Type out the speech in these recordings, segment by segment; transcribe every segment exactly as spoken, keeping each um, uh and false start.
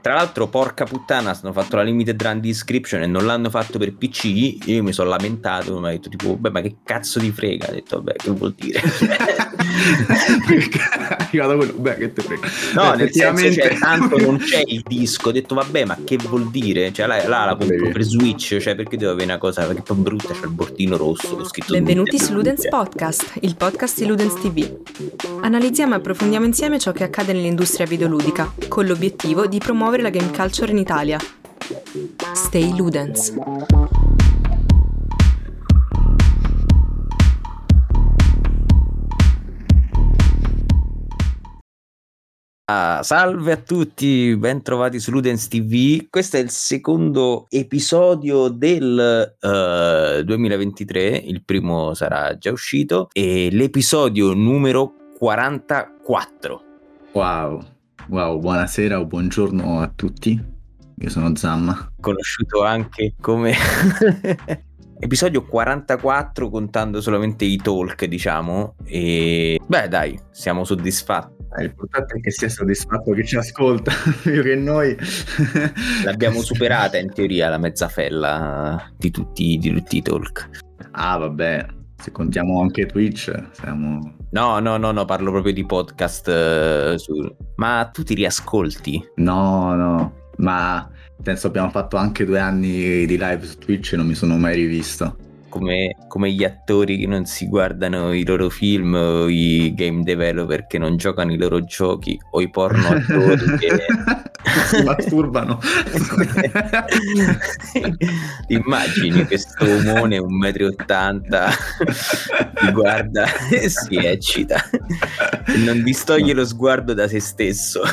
Tra l'altro, porca puttana, hanno fatto la limited run description e non l'hanno fatto per P C. Io mi sono lamentato, mi ha detto tipo, beh, ma che cazzo di frega? Ho detto, vabbè, che vuol dire? Arrivato quello, beh, che te frega. No, beh, nel senso, effettivamente cioè, tanto non c'è il disco. Ho detto, vabbè, ma che vuol dire? Cioè, là, là la compro per Switch, cioè, perché devo avere una cosa, perché poi brutta, c'è il bordino rosso con scritto Benvenuti Nintendo, su Ludens cioè. Podcast, il podcast di Ludens T V. Analizziamo e approfondiamo insieme ciò che accade nell'industria videoludica, con l'obiettivo di promuovere la game culture in Italia. Stay Ludens. Ah, salve a tutti, ben trovati su Ludens T V. Questo è il secondo episodio del uh, duemilaventitré, il primo sarà già uscito, e l'episodio numero quarantaquattro. Wow, wow, buonasera o buongiorno a tutti, io sono Zamma. Conosciuto anche come... episodio quarantaquattro, contando solamente i talk, diciamo, e beh dai, siamo soddisfatti. Eh, l'importante è che sia soddisfatto chi ci ascolta, più che noi. L'abbiamo superata in teoria la mezzafella di tutti, di tutti i talk. Ah vabbè, se contiamo anche Twitch siamo... No, no, no, no, parlo proprio di podcast. Uh, su... Ma tu ti riascolti? No, no, ma penso abbiamo fatto anche due anni di live su Twitch e non mi sono mai rivisto. Come, come gli attori che non si guardano i loro film, o i game developer che non giocano i loro giochi, o i porno attori che si masturbano. Immagini questo omone un metro e ottanta ti guarda e si eccita e non distoglie lo sguardo da se stesso.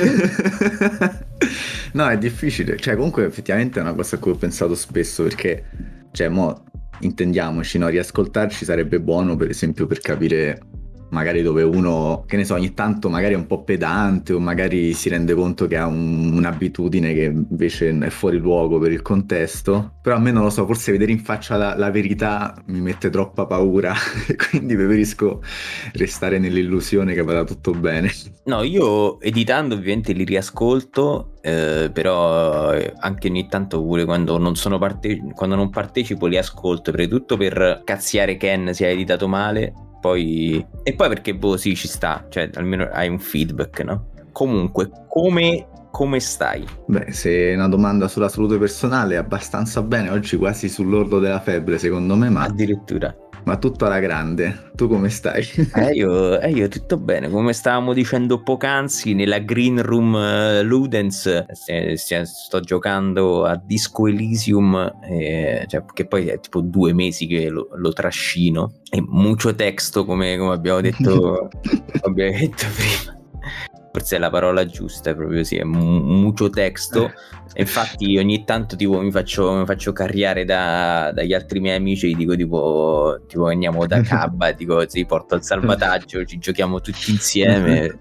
No, è difficile, cioè comunque effettivamente è una cosa a cui ho pensato spesso, perché cioè mo intendiamoci, no, riascoltarci sarebbe buono, per esempio, per capire magari dove uno, che ne so, ogni tanto magari è un po' pedante o magari si rende conto che ha un, un'abitudine che invece è fuori luogo per il contesto. Però a me non lo so, forse vedere in faccia la, la verità mi mette troppa paura e quindi preferisco restare nell'illusione che vada tutto bene. No, io editando ovviamente li riascolto, eh, però anche ogni tanto pure quando non sono parte- quando non partecipo li ascolto, prima di tutto per cazziare Ken se ha editato male. Poi... E poi perché boh sì ci sta, cioè almeno hai un feedback, no? Comunque, come, come stai? Beh, se è una domanda sulla salute personale, abbastanza bene, oggi quasi sull'orlo della febbre secondo me, ma... Addirittura. Ma tutto alla grande, tu come stai? Eh io, eh io tutto bene, come stavamo dicendo poc'anzi nella green room uh, Ludens, st- st- sto giocando a Disco Elysium, eh, cioè, che poi è tipo due mesi che lo, lo trascino, e mucho texto come, come abbiamo detto, abbiamo detto prima. Forse è la parola giusta, proprio sì, è mucho texto. E infatti ogni tanto tipo mi faccio, mi faccio carriare da, dagli altri miei amici, dico tipo, tipo veniamo da Cabba, dico sì, porto al salvataggio, ci giochiamo tutti insieme,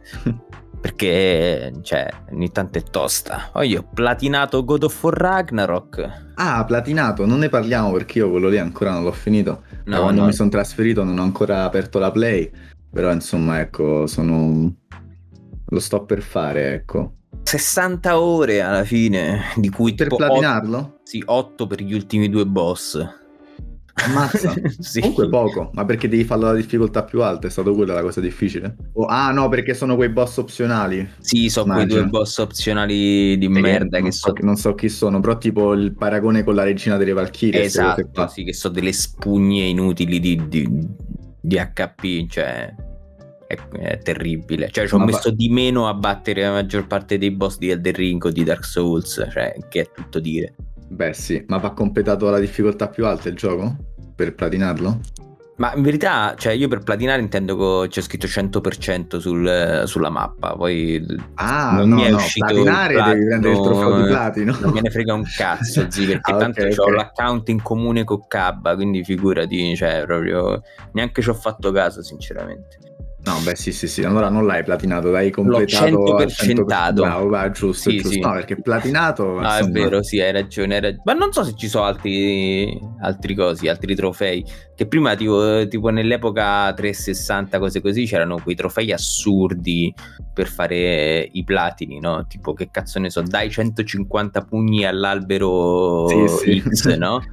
perché cioè ogni tanto è tosta. Poi io ho platinato God of War Ragnarok. Ah, platinato, non ne parliamo perché io quello lì ancora non l'ho finito. No, da quando no. mi sono trasferito non ho ancora aperto la Play, però insomma ecco, sono... lo sto per fare, ecco. sessanta ore alla fine, di cui Per tipo platinarlo? otto, sì, otto per gli ultimi due boss. Ammazza. Sì. Comunque poco, ma perché devi farlo alla difficoltà più alta? È stato quella la cosa difficile? Oh, ah no, perché sono quei boss opzionali. Sì, so quei due boss opzionali di Perché merda non che so, so... non so chi sono, però tipo il paragone con la regina delle Valchirie. Esatto, sì, che so delle spugne inutili di, di, di H P, cioè è, è terribile. Cioè ci ho Ma messo va... di meno a battere la maggior parte dei boss di Elden Ring o di Dark Souls, cioè che è tutto dire. Beh sì, ma va completato alla difficoltà più alta il gioco? Per platinarlo? Ma in verità, cioè io per platinare intendo che c'è scritto cento per cento sul, sulla mappa, poi ah, non no, mi è no, uscito platinare il platino, devi prendere il trofeo di platino. Non me ne frega un cazzo, zi, perché ah, tanto okay, ho okay. l'account in comune con Cabba, quindi figurati, cioè proprio neanche ci ho fatto caso sinceramente. No, beh, sì, sì, sì. Allora non l'hai platinato, l'hai L'ho completato cento al per cento per cento. cento. Bravo, va, giusto, Sì, giusto. sì. No, perché platinato, Ah, è insomma... vero, sì, hai ragione, hai ragione. Ma non so se ci sono altri, altri cosi, altri trofei. Che prima, tipo, tipo nell'epoca trecentosessanta, cose così, c'erano quei trofei assurdi per fare i platini, no? Tipo, che cazzo ne so, dai centocinquanta pugni all'albero Sì, sì. X, no?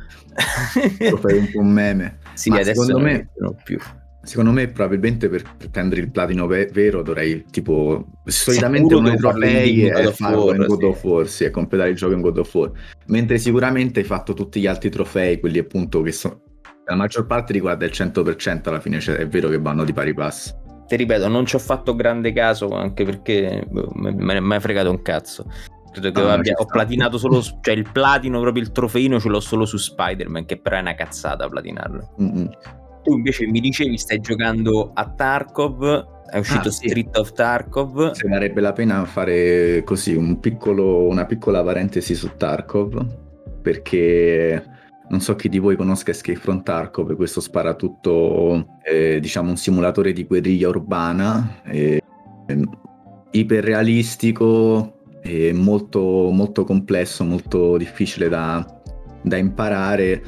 Lo fai un po' un meme. Sì, Ma adesso secondo non me... esistono più. Secondo me probabilmente per prendere il platino ve- vero dovrei tipo solitamente Sicuro uno dei devo farlo in, trofei in God è of farlo in War, God sì. of War, sì, è completare il gioco in God of War, mentre sicuramente hai fatto tutti gli altri trofei, quelli appunto che sono la maggior parte riguarda il cento per cento alla fine, cioè è vero che vanno di pari passo. Ti ripeto, non ci ho fatto grande caso anche perché boh, me me ne è mai fregato un cazzo. Credo che No, no, abbia, ci ho sta. platinato solo, su- cioè il platino, proprio il trofeino ce l'ho solo su Spider-Man, che però è una cazzata platinarlo. Mm-mm. Tu invece mi dicevi stai giocando a Tarkov, è uscito Ah, sì. Street of Tarkov. Se varrebbe la pena fare così un piccolo, una piccola parentesi su Tarkov, perché non so chi di voi conosca Escape from Tarkov, questo sparatutto, eh, diciamo un simulatore di guerriglia urbana, eh, eh, iperrealistico, e molto, molto complesso, molto difficile da, da imparare.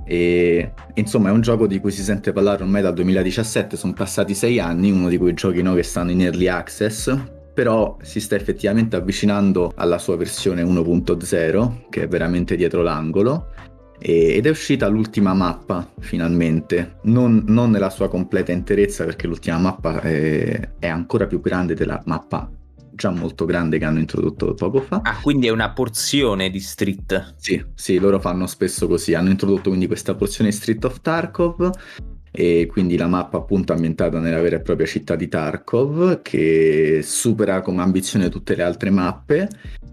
E insomma è un gioco di cui si sente parlare ormai dal duemiladiciassette, sono passati sei anni, uno di quei giochi no, che stanno in early access, però si sta effettivamente avvicinando alla sua versione uno punto zero, che è veramente dietro l'angolo, e- ed è uscita l'ultima mappa finalmente, non, non nella sua completa interezza, perché l'ultima mappa è, è ancora più grande della mappa già molto grande che hanno introdotto poco fa. Ah, quindi è una porzione di Street. Sì, sì, loro fanno spesso così, hanno introdotto quindi questa porzione Street of Tarkov e quindi la mappa appunto ambientata nella vera e propria città di Tarkov che supera come ambizione tutte le altre mappe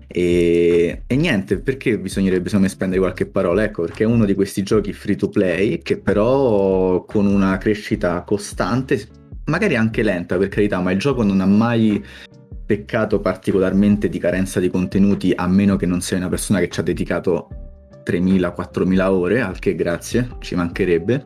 e, e niente, perché bisognerebbe secondo me spendere qualche parola? Ecco, perché è uno di questi giochi free to play che però con una crescita costante, magari anche lenta per carità, ma il gioco non ha mai peccato particolarmente di carenza di contenuti, a meno che non sei una persona che ci ha dedicato tremila quattromila ore, al che grazie, ci mancherebbe.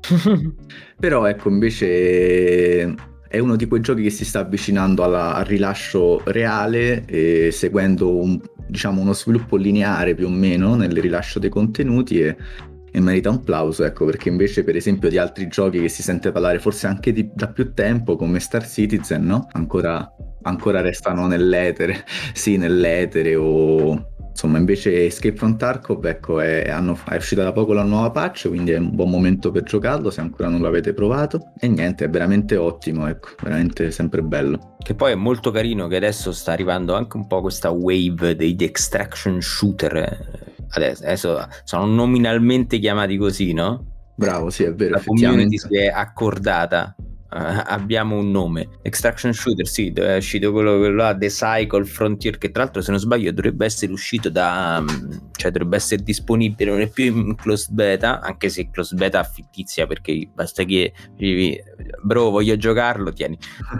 Però ecco, invece è uno di quei giochi che si sta avvicinando alla- al rilascio reale, e seguendo un, diciamo, uno sviluppo lineare più o meno nel rilascio dei contenuti e, e merita un plauso, ecco, perché invece per esempio di altri giochi che si sente parlare forse anche di- da più tempo come Star Citizen, no? Ancora ancora restano nell'etere, sì, nell'etere o insomma invece Escape from Tarkov, ecco, è, hanno- è uscita da poco la nuova patch, quindi è un buon momento per giocarlo se ancora non l'avete provato e niente, è veramente ottimo, ecco, veramente sempre bello. Che poi è molto carino che adesso sta arrivando anche un po' questa wave dei extraction shooter. Adesso, adesso sono nominalmente chiamati così, no? Bravo, sì, è vero, La community effettivamente. si è accordata. Uh, abbiamo un nome, Extraction Shooter, sì, è uscito quello, quello là, The Cycle Frontier, che tra l'altro se non sbaglio dovrebbe essere uscito da um, cioè dovrebbe essere disponibile, non è più in closed beta, anche se closed beta fittizia, perché basta che dici, bro, voglio giocarlo, tieni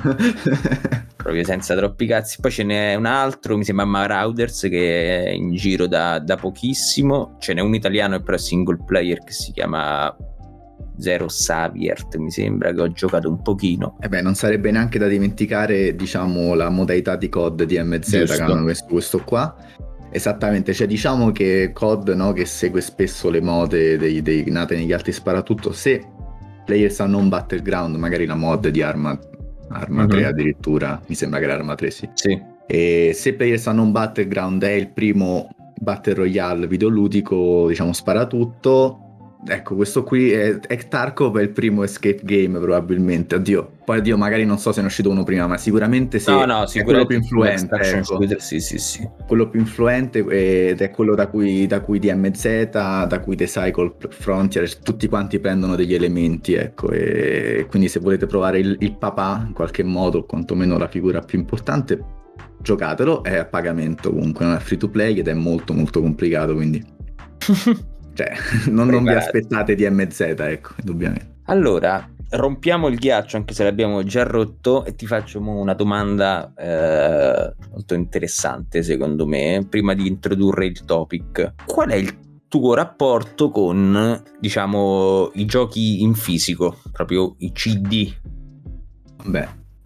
proprio senza troppi cazzi. Poi ce n'è un altro, mi sembra Marauders, che è in giro da, da pochissimo, ce n'è un italiano però è single player che si chiama Zero Saviert, mi sembra, che ho giocato un pochino. E eh beh, non sarebbe neanche da dimenticare, diciamo, la modalità di C O D di M Z Giusto. che hanno messo questo qua. Esattamente, cioè diciamo che C O D, no, che segue spesso le mode dei, dei nate negli altri sparatutto, se Players Unknown Battleground, magari la mod di Arma, Arma Mhm. tre addirittura, mi sembra che era Arma tre, sì. Sì. E se Players Unknown Battleground è il primo Battle Royale videoludico, diciamo, sparatutto, ecco, questo qui è, è Tarkov è il primo escape game probabilmente, oddio, poi oddio magari non so se ne è uscito uno prima, ma sicuramente se No, no, è quello più sicuramente influente, Extraction ecco. Shooter, sì, sì, sì. Quello più influente ed è quello da cui, da cui D M Z, da cui The Cycle Frontier, tutti quanti prendono degli elementi, ecco, e quindi se volete provare il, il papà in qualche modo, quantomeno la figura più importante, giocatelo, è a pagamento comunque, non è free to play ed è molto molto complicato, quindi cioè non, non vi Preparati. aspettate D M Z, ecco, indubbiamente. Allora, rompiamo il ghiaccio, anche se l'abbiamo già rotto, e ti faccio mo una domanda eh, molto interessante, secondo me, prima di introdurre il topic. Qual è il tuo rapporto con, diciamo, i giochi in fisico, proprio i C D? Beh,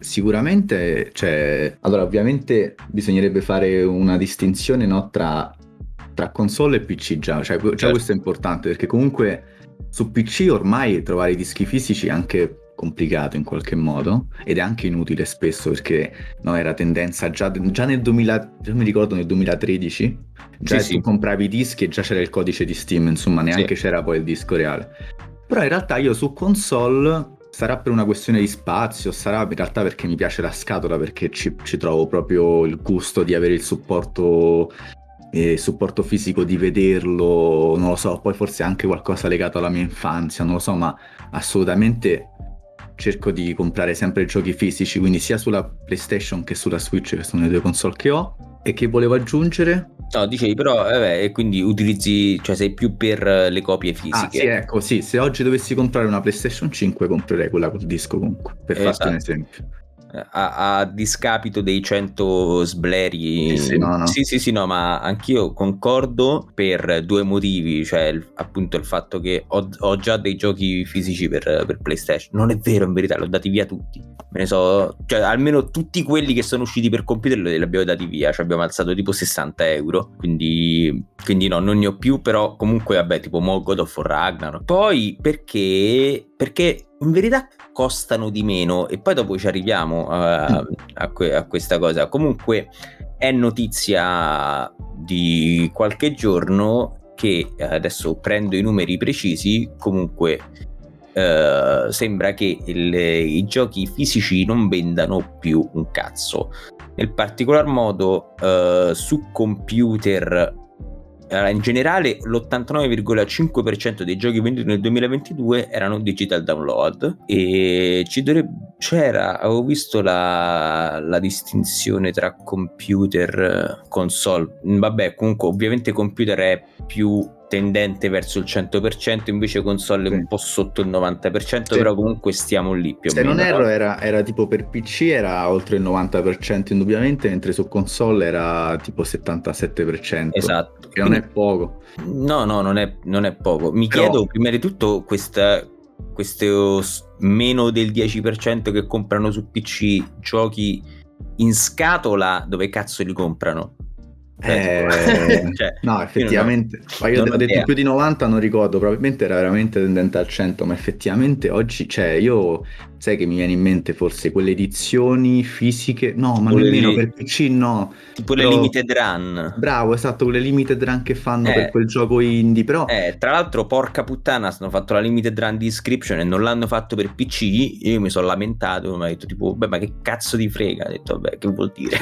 sicuramente, cioè, allora ovviamente bisognerebbe fare una distinzione, no, tra, tra console e P C già, cioè già Certo. questo è importante perché comunque su P C ormai trovare i dischi fisici è anche complicato in qualche modo ed è anche inutile spesso perché no, era tendenza già, già nel duemila, io mi ricordo nel duemilatredici già Sì, tu sì. compravi i dischi e già c'era il codice di Steam, insomma neanche Sì. c'era poi il disco reale. Però in realtà io su console sarà per una questione di spazio, sarà in realtà perché mi piace la scatola, perché ci, ci trovo proprio il gusto di avere il supporto, eh, supporto fisico, di vederlo, non lo so, poi forse anche qualcosa legato alla mia infanzia, non lo so, ma assolutamente cerco di comprare sempre giochi fisici, quindi sia sulla PlayStation che sulla Switch, che sono le due console che ho. E che volevo aggiungere? No, dicevi però, vabbè, e quindi utilizzi, cioè sei più per le copie fisiche. Ah sì, ecco, sì, se oggi dovessi comprare una PlayStation cinque comprerei quella col disco comunque, per Esatto. farti un esempio. A, a discapito dei cento sbleri. Sì, sì, no, no. sì, sì, sì, no, ma anch'io concordo per due motivi, cioè il, appunto il fatto che ho, ho già dei giochi fisici per, per PlayStation. Non è vero, in verità, li ho dati via tutti. Me ne so, cioè almeno tutti quelli che sono usciti per computer li abbiamo dati via, cioè abbiamo alzato tipo sessanta euro, quindi, quindi no, non ne ho più, però comunque vabbè, tipo mo God of War Ragnarok. Poi perché, perché in verità costano di meno e poi dopo ci arriviamo a, a, que- a questa cosa. Comunque è notizia di qualche giorno che adesso prendo i numeri precisi, comunque Uh, sembra che il, i giochi fisici non vendano più un cazzo. Nel particolar modo uh, su computer uh, in generale l'ottantanove virgola cinque per cento dei giochi venduti nel duemilaventidue erano digital download e ci dovrebbe, c'era, avevo visto la, la distinzione tra computer console, vabbè comunque ovviamente computer è più tendente verso il cento per cento, invece console sì. un po' sotto il novanta per cento, sì. Però comunque stiamo lì più o Se meno. Se non erro era, era tipo per P C era oltre il novanta per cento indubbiamente, mentre su console era tipo settantasette per cento. Esatto. Che non Quindi, è poco. No, no, non è, non è poco. Mi Però, chiedo prima di tutto questa, questo meno del dieci per cento che comprano su P C giochi in scatola, dove cazzo li comprano? Eh, cioè, no, effettivamente ma io ho detto più di novanta, non ricordo, probabilmente era veramente tendente al cento, ma effettivamente oggi, cioè io sai che mi viene in mente forse quelle edizioni fisiche, no, ma quelle nemmeno li... per P C no, tipo però... le limited run. Bravo, esatto, quelle limited run che fanno eh, per quel gioco indie, però eh, tra l'altro porca puttana, hanno fatto la limited run di Inscription e non l'hanno fatto per P C. Io mi sono lamentato, mi ha detto tipo, beh, ma che cazzo di frega? Ho detto, vabbè, che vuol dire?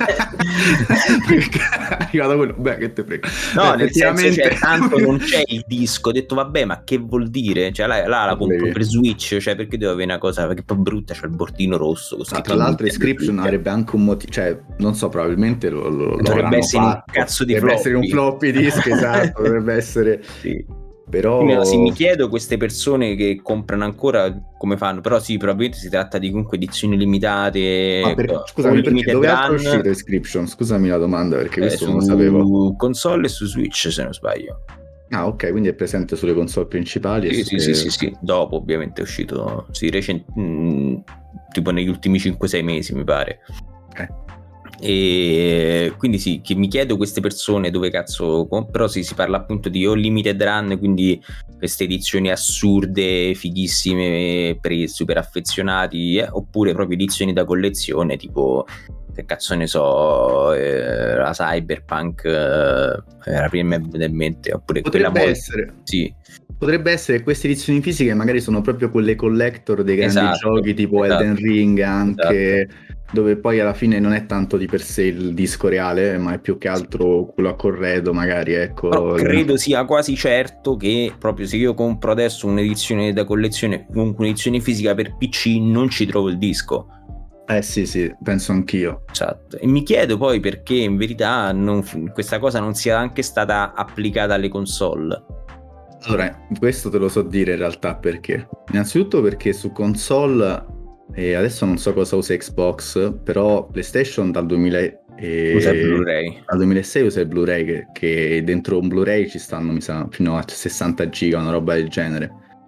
Arrivato quello, beh, che te frega. No, beh, nel senso, cioè, tanto non c'è il disco. Ho detto, vabbè, ma che vuol dire? Cioè, là, là la compro per Switch, cioè, perché deve avere una cosa, perché poi brutta, c'è il bordino rosso. Ah, tra l'altro Inscription avrebbe anche un motivo, cioè, non so, probabilmente lo, lo dovrebbe essere fatto. un cazzo di dovrebbe floppy. essere un floppy disk, esatto, dovrebbe essere... Sì. Però Quindi, sì, mi chiedo queste persone che comprano ancora come fanno, però sì, probabilmente si tratta di comunque edizioni limitate. Ma per, scusami, perché dove è uscito Inscription? Scusami la domanda, perché questo eh, non lo sapevo. Su console e su Switch, se non sbaglio. Ah, ok, quindi è presente sulle console principali. Sì, e sì, sulle... sì, sì, sì, dopo ovviamente è uscito, sì, recent... mh, tipo negli ultimi cinque sei mesi mi pare. Ok. E quindi sì, che mi chiedo queste persone dove cazzo, però sì, si parla appunto di o limited run, quindi queste edizioni assurde, fighissime per i super affezionati, eh, oppure proprio edizioni da collezione, tipo che cazzo ne so, eh, la Cyberpunk, eh, la prima mi viene in mente, oppure potrebbe quella essere mod- sì. Potrebbe essere che queste edizioni fisiche magari sono proprio quelle collector dei grandi esatto, giochi tipo esatto, Elden Ring anche, esatto. Dove poi alla fine non è tanto di per sé il disco reale, ma è più che altro quello a corredo magari, ecco. Però credo sia quasi certo che proprio se io compro adesso un'edizione da collezione, comunque un'edizione fisica per P C, non ci trovo il disco. Eh sì sì, penso anch'io. Esatto. E mi chiedo poi perché in verità non, questa cosa non sia anche stata applicata alle console. Allora, questo te lo so dire in realtà perché. Innanzitutto perché su console, e adesso non so cosa usa Xbox, però PlayStation dal duemila e... usa il Blu-ray. Dal duemilasei usa il Blu-ray, che, che dentro un Blu-ray ci stanno, mi sa, fino a sessanta giga, una roba del genere.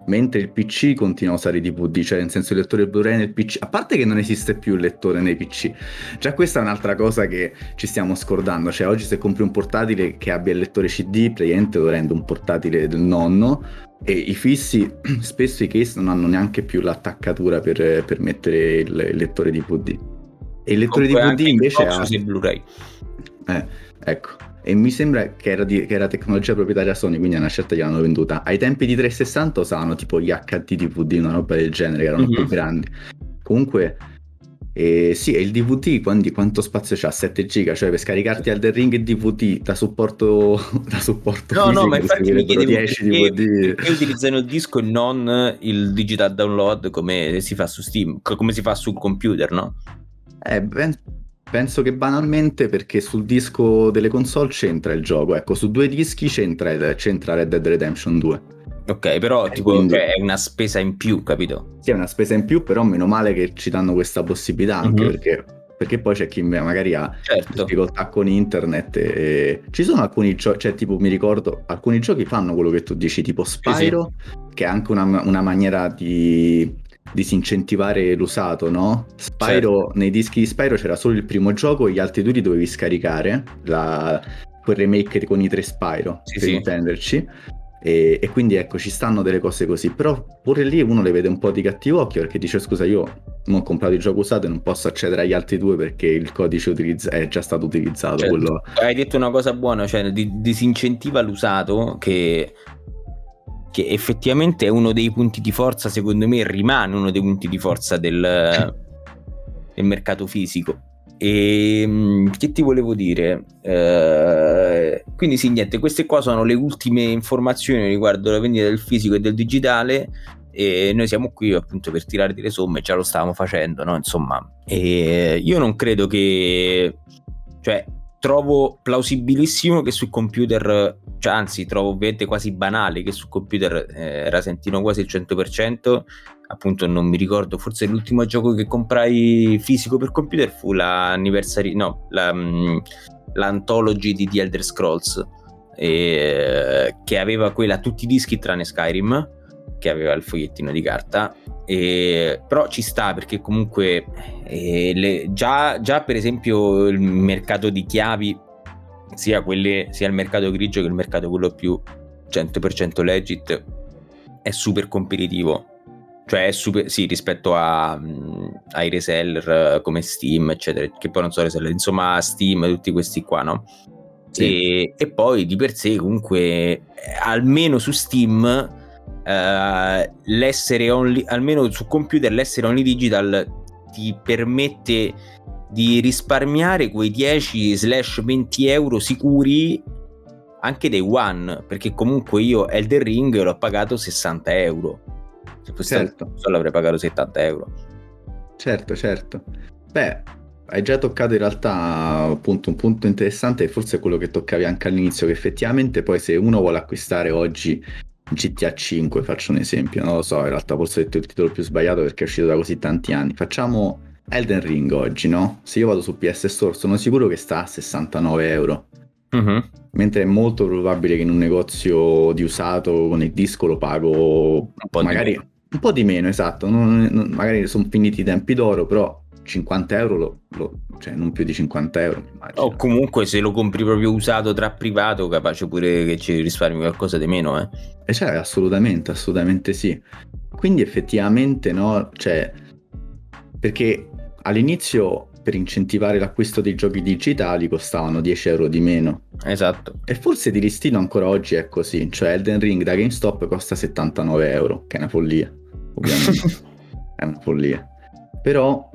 mentre il P C continua a usare i D V D, cioè nel senso il lettore Blu-ray nel P C, a parte che non esiste più il lettore nei P C, già questa è un'altra cosa che ci stiamo scordando, cioè oggi se compri un portatile che abbia il lettore C D, praticamente lo rende un portatile del nonno, e i fissi, spesso i case non hanno neanche più l'attaccatura per, per mettere il, il lettore D V D, e il lettore Comunque D V D invece ha... il Blu-ray. Eh, ecco. E mi sembra che era, di, che era tecnologia proprietaria Sony, quindi una certa gliel'hanno venduta. Ai tempi di trecentosessanta usavano tipo gli H D D V D, una roba del genere, che erano mm-hmm. più grandi. Comunque, eh, sì, e il D V D quindi quanto spazio c'ha? sette giga, cioè per scaricarti Elden Ring e D V D da supporto da supporto no, fisico, no, ma infatti mi chiedevo dieci perché, D V D. perché utilizzano il disco e non il digital download come si fa su Steam, come si fa sul computer, no? Eh, ben... Penso che banalmente perché sul disco delle console c'entra il gioco, ecco, su due dischi c'entra, c'entra Red Dead Redemption due. Ok, però e tipo quindi... cioè, è una spesa in più, capito? Sì, è una spesa in più, però meno male che ci danno questa possibilità, anche mm-hmm. perché, perché poi c'è chi magari ha certo. difficoltà con internet e, e... ci sono alcuni giochi, cioè tipo mi ricordo, alcuni giochi fanno quello che tu dici, tipo Spyro, sì, sì. che è anche una, una maniera di... disincentivare l'usato, no? Spyro, certo. Nei dischi di Spyro c'era solo il primo gioco e gli altri due li dovevi scaricare, la, quel remake con i tre Spyro, sì, per sì. intenderci, e, e quindi ecco ci stanno delle cose così, però pure lì uno le vede un po' di cattivo occhio perché dice scusa io non ho comprato il gioco usato e non posso accedere agli altri due perché il codice utilizza- è già stato utilizzato, certo. quello... Hai detto una cosa buona, cioè disincentiva l'usato che... che effettivamente è uno dei punti di forza, secondo me rimane uno dei punti di forza del, del mercato fisico. E che ti volevo dire? Eh, quindi sì, niente, queste qua sono le ultime informazioni riguardo la vendita del fisico e del digitale, e noi siamo qui appunto per tirare delle somme, già lo stavamo facendo, no? Insomma, e io non credo che, cioè, trovo plausibilissimo che sul computer, cioè anzi trovo ovviamente quasi banale che sul computer eh, rasentino quasi il cento per cento. Appunto non mi ricordo, forse l'ultimo gioco che comprai fisico per computer fu l'anniversary, no, la, um, l'anthology di The Elder Scrolls, eh, che aveva quella tutti i dischi tranne Skyrim, che aveva il fogliettino di carta. E, però ci sta perché comunque eh, le, già, già per esempio il mercato di chiavi, sia quelle sia il mercato grigio che il mercato quello più cento per cento legit, è super competitivo, cioè è super, sì, rispetto a, ai reseller come Steam eccetera, che poi non so reseller, insomma Steam, tutti questi qua, no? Sì. E, e poi di per sé comunque almeno su Steam Uh, l'essere only, almeno su computer l'essere only digital ti permette di risparmiare quei dieci venti euro sicuri anche day one, perché comunque io Elden Ring l'ho pagato sessanta euro, se fosse certo. stato, l'avrei pagato settanta euro. Certo, certo. Beh, hai già toccato in realtà appunto un punto interessante, e forse è quello che toccavi anche all'inizio, che effettivamente poi se uno vuole acquistare oggi G T A cinque, faccio un esempio, non lo so, in realtà forse ho detto il titolo più sbagliato perché è uscito da così tanti anni. Facciamo Elden Ring oggi, no? Se io vado su P S Store sono sicuro che sta a sessantanove euro, uh-huh. mentre è molto probabile che in un negozio di usato con il disco lo pago un po' magari di un po' di meno, esatto, non, non, magari sono finiti i tempi d'oro, però cinquanta euro lo, lo, cioè non più di cinquanta euro, immagino. O comunque se lo compri proprio usato tra privato, capace pure che ci risparmi qualcosa di meno, eh. E cioè assolutamente, assolutamente sì. Quindi effettivamente no, cioè perché all'inizio per incentivare l'acquisto dei giochi digitali costavano dieci euro di meno. Esatto. E forse di listino ancora oggi è così, cioè Elden Ring da GameStop costa settantanove euro, che è una follia, ovviamente. È una follia. Però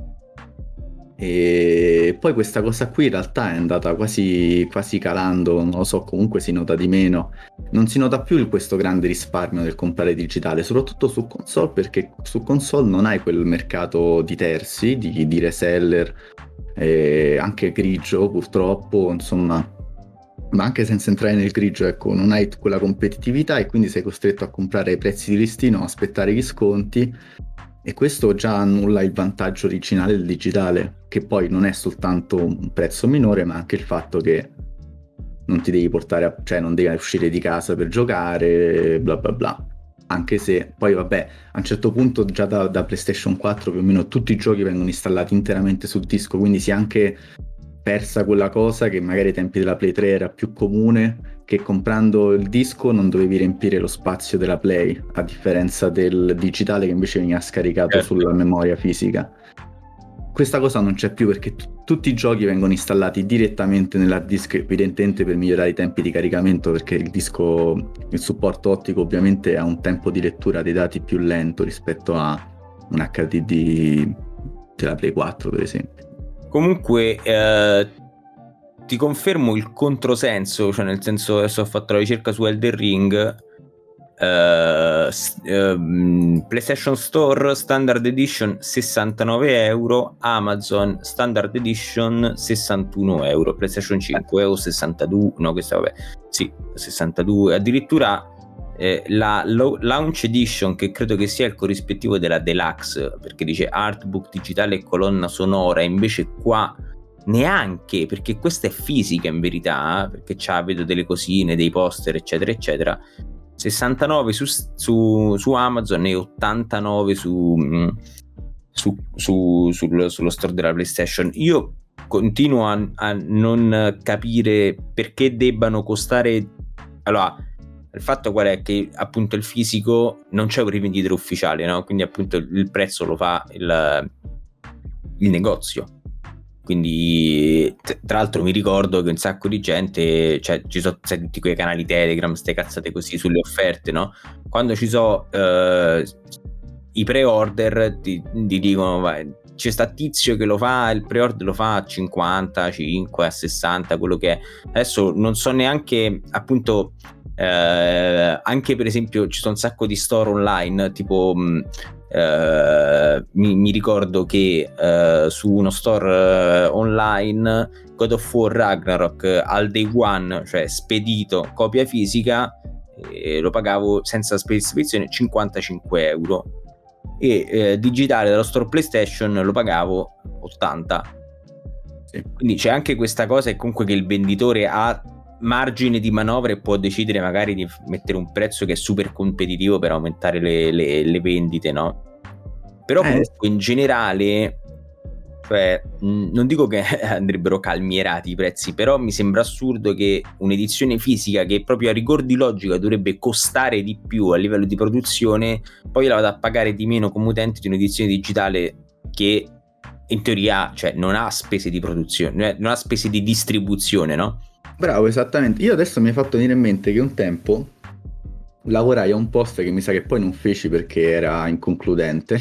e poi questa cosa qui in realtà è andata quasi, quasi calando, non lo so, comunque si nota di meno. Non si nota più questo grande risparmio del comprare digitale, soprattutto su console, perché su console non hai quel mercato di terzi, di, di reseller, eh, anche grigio purtroppo, insomma, ma anche senza entrare nel grigio, ecco, non hai quella competitività e quindi sei costretto a comprare ai prezzi di listino, aspettare gli sconti. E questo già annulla il vantaggio originale del digitale, che poi non è soltanto un prezzo minore, ma anche il fatto che non ti devi portare a, cioè non devi uscire di casa per giocare, bla bla bla. anche se poi vabbè, a un certo punto già da, da PlayStation quattro più o meno tutti i giochi vengono installati interamente sul disco, quindi si è anche persa quella cosa che magari ai tempi della Play tre era più comune, che comprando il disco non dovevi riempire lo spazio della Play, a differenza del digitale che invece veniva scaricato certo. sulla memoria fisica. Questa cosa non c'è più perché t- tutti i giochi vengono installati direttamente nell'hard disk, evidentemente per migliorare i tempi di caricamento, perché il disco, il supporto ottico ovviamente ha un tempo di lettura dei dati più lento rispetto a un acca di di della Play quattro per esempio. Comunque eh, ti confermo il controsenso, cioè nel senso, adesso ho fatto la ricerca su Elden Ring. Uh, uh, PlayStation Store Standard Edition sessantanove euro, Amazon Standard Edition sessantuno euro, PlayStation cinque o sessantadue, no questa vabbè, sì, sessantadue, addirittura eh, la lo- Launch Edition, che credo che sia il corrispettivo della Deluxe, perché dice Artbook digitale e colonna sonora, invece qua neanche, perché questa è fisica in verità, perché c'ha, vedo delle cosine, dei poster eccetera eccetera, sessantanove su, su, su Amazon e ottantanove su, su, su, sul, sullo store della PlayStation. Io continuo a, a non capire perché debbano costare. Allora, il fatto qual è? Che appunto il fisico non c'è un rivenditore ufficiale, no? Quindi appunto il prezzo lo fa il, il negozio. Quindi tra l'altro mi ricordo che un sacco di gente, cioè ci sono tutti quei canali Telegram, ste cazzate così sulle offerte, no? Quando ci sono eh, i pre-order ti, ti dicono vai, c'è sta tizio che lo fa, il pre-order lo fa a cinquantacinque, a sessanta, quello che è. Adesso non so neanche appunto eh, anche per esempio ci sono un sacco di store online tipo mh, Uh, mi, mi ricordo che uh, su uno store uh, online God of War Ragnarok al day one, cioè spedito, copia fisica, eh, lo pagavo senza spedizione cinquantacinque euro e eh, digitale dallo store PlayStation lo pagavo ottanta. Sì. Quindi c'è anche questa cosa e comunque che il venditore ha margine di manovra e può decidere magari di mettere un prezzo che è super competitivo per aumentare le, le, le vendite, no? Però comunque eh. in generale, cioè mh, non dico che andrebbero calmierati i prezzi, però mi sembra assurdo che un'edizione fisica che proprio a rigor di logica dovrebbe costare di più a livello di produzione, poi la vado a pagare di meno come utente di un'edizione digitale che in teoria, cioè, non ha spese di produzione, non ha spese di distribuzione, no? Bravo, esattamente. Io adesso mi hai fatto venire in mente che un tempo lavorai a un post che mi sa che poi non feci perché era inconcludente.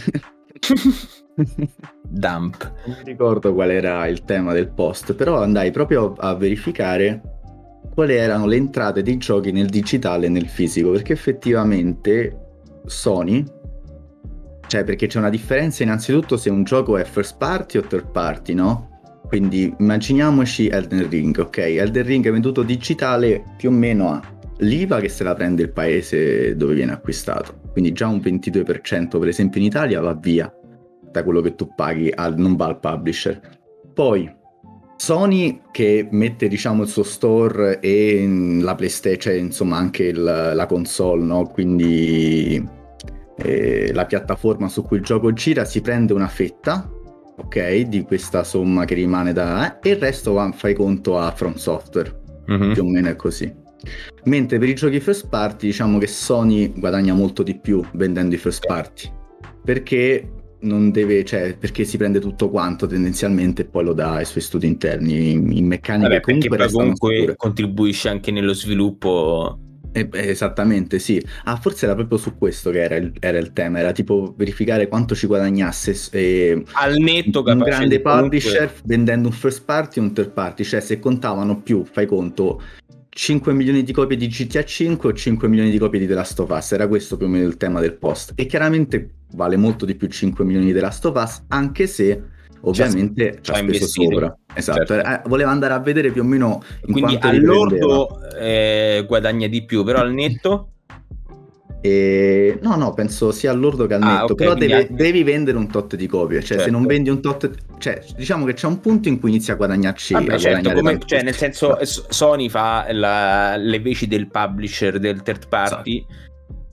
Dump. Non mi ricordo qual era il tema del post, però andai proprio a verificare quali erano le entrate dei giochi nel digitale e nel fisico, perché effettivamente Sony, cioè perché c'è una differenza innanzitutto se un gioco è first party o third party, no? Quindi immaginiamoci Elden Ring, ok? Elden Ring è venduto digitale più o meno a l'I V A che se la prende il paese dove viene acquistato, quindi già un ventidue per cento per esempio in Italia va via da quello che tu paghi, al, non va al publisher. Poi Sony che mette diciamo il suo store e la PlayStation, cioè insomma anche il, la console, no? Quindi eh, la piattaforma su cui il gioco gira, si prende una fetta, ok, di questa somma che rimane da eh, e il resto va, fai conto a From Software, mm-hmm. più o meno è così. Mentre per i giochi first party diciamo che Sony guadagna molto di più vendendo i first party, perché non deve, cioè perché si prende tutto quanto tendenzialmente e poi lo dà ai suoi studi interni in, in meccaniche. Vabbè, comunque perché comunque sicure. Contribuisce anche nello sviluppo. Eh, esattamente, sì. Ah, forse era proprio su questo che era il, era il tema, era tipo verificare quanto ci guadagnasse eh, al netto un grande publisher comunque... vendendo un first party e un third party, cioè se contavano più, fai conto, cinque milioni di copie di G T A cinque o cinque milioni di copie di The Last of Us, era questo più o meno il tema del post. E chiaramente vale molto di più cinque milioni di The Last of Us, anche se ovviamente ci ha speso sopra. Esatto, certo. eh, voleva andare a vedere più o meno in quindi all'ordo eh, guadagna di più, però al netto e... no no penso sia all'ordo che al ah, netto, okay, però devi, anche... devi vendere un tot di copie, cioè certo. Se non vendi un tot, cioè diciamo che c'è un punto in cui inizia a guadagnarci. Vabbè, a certo, come, cioè, nel senso no. Sony fa la, le veci del publisher del third party, esatto.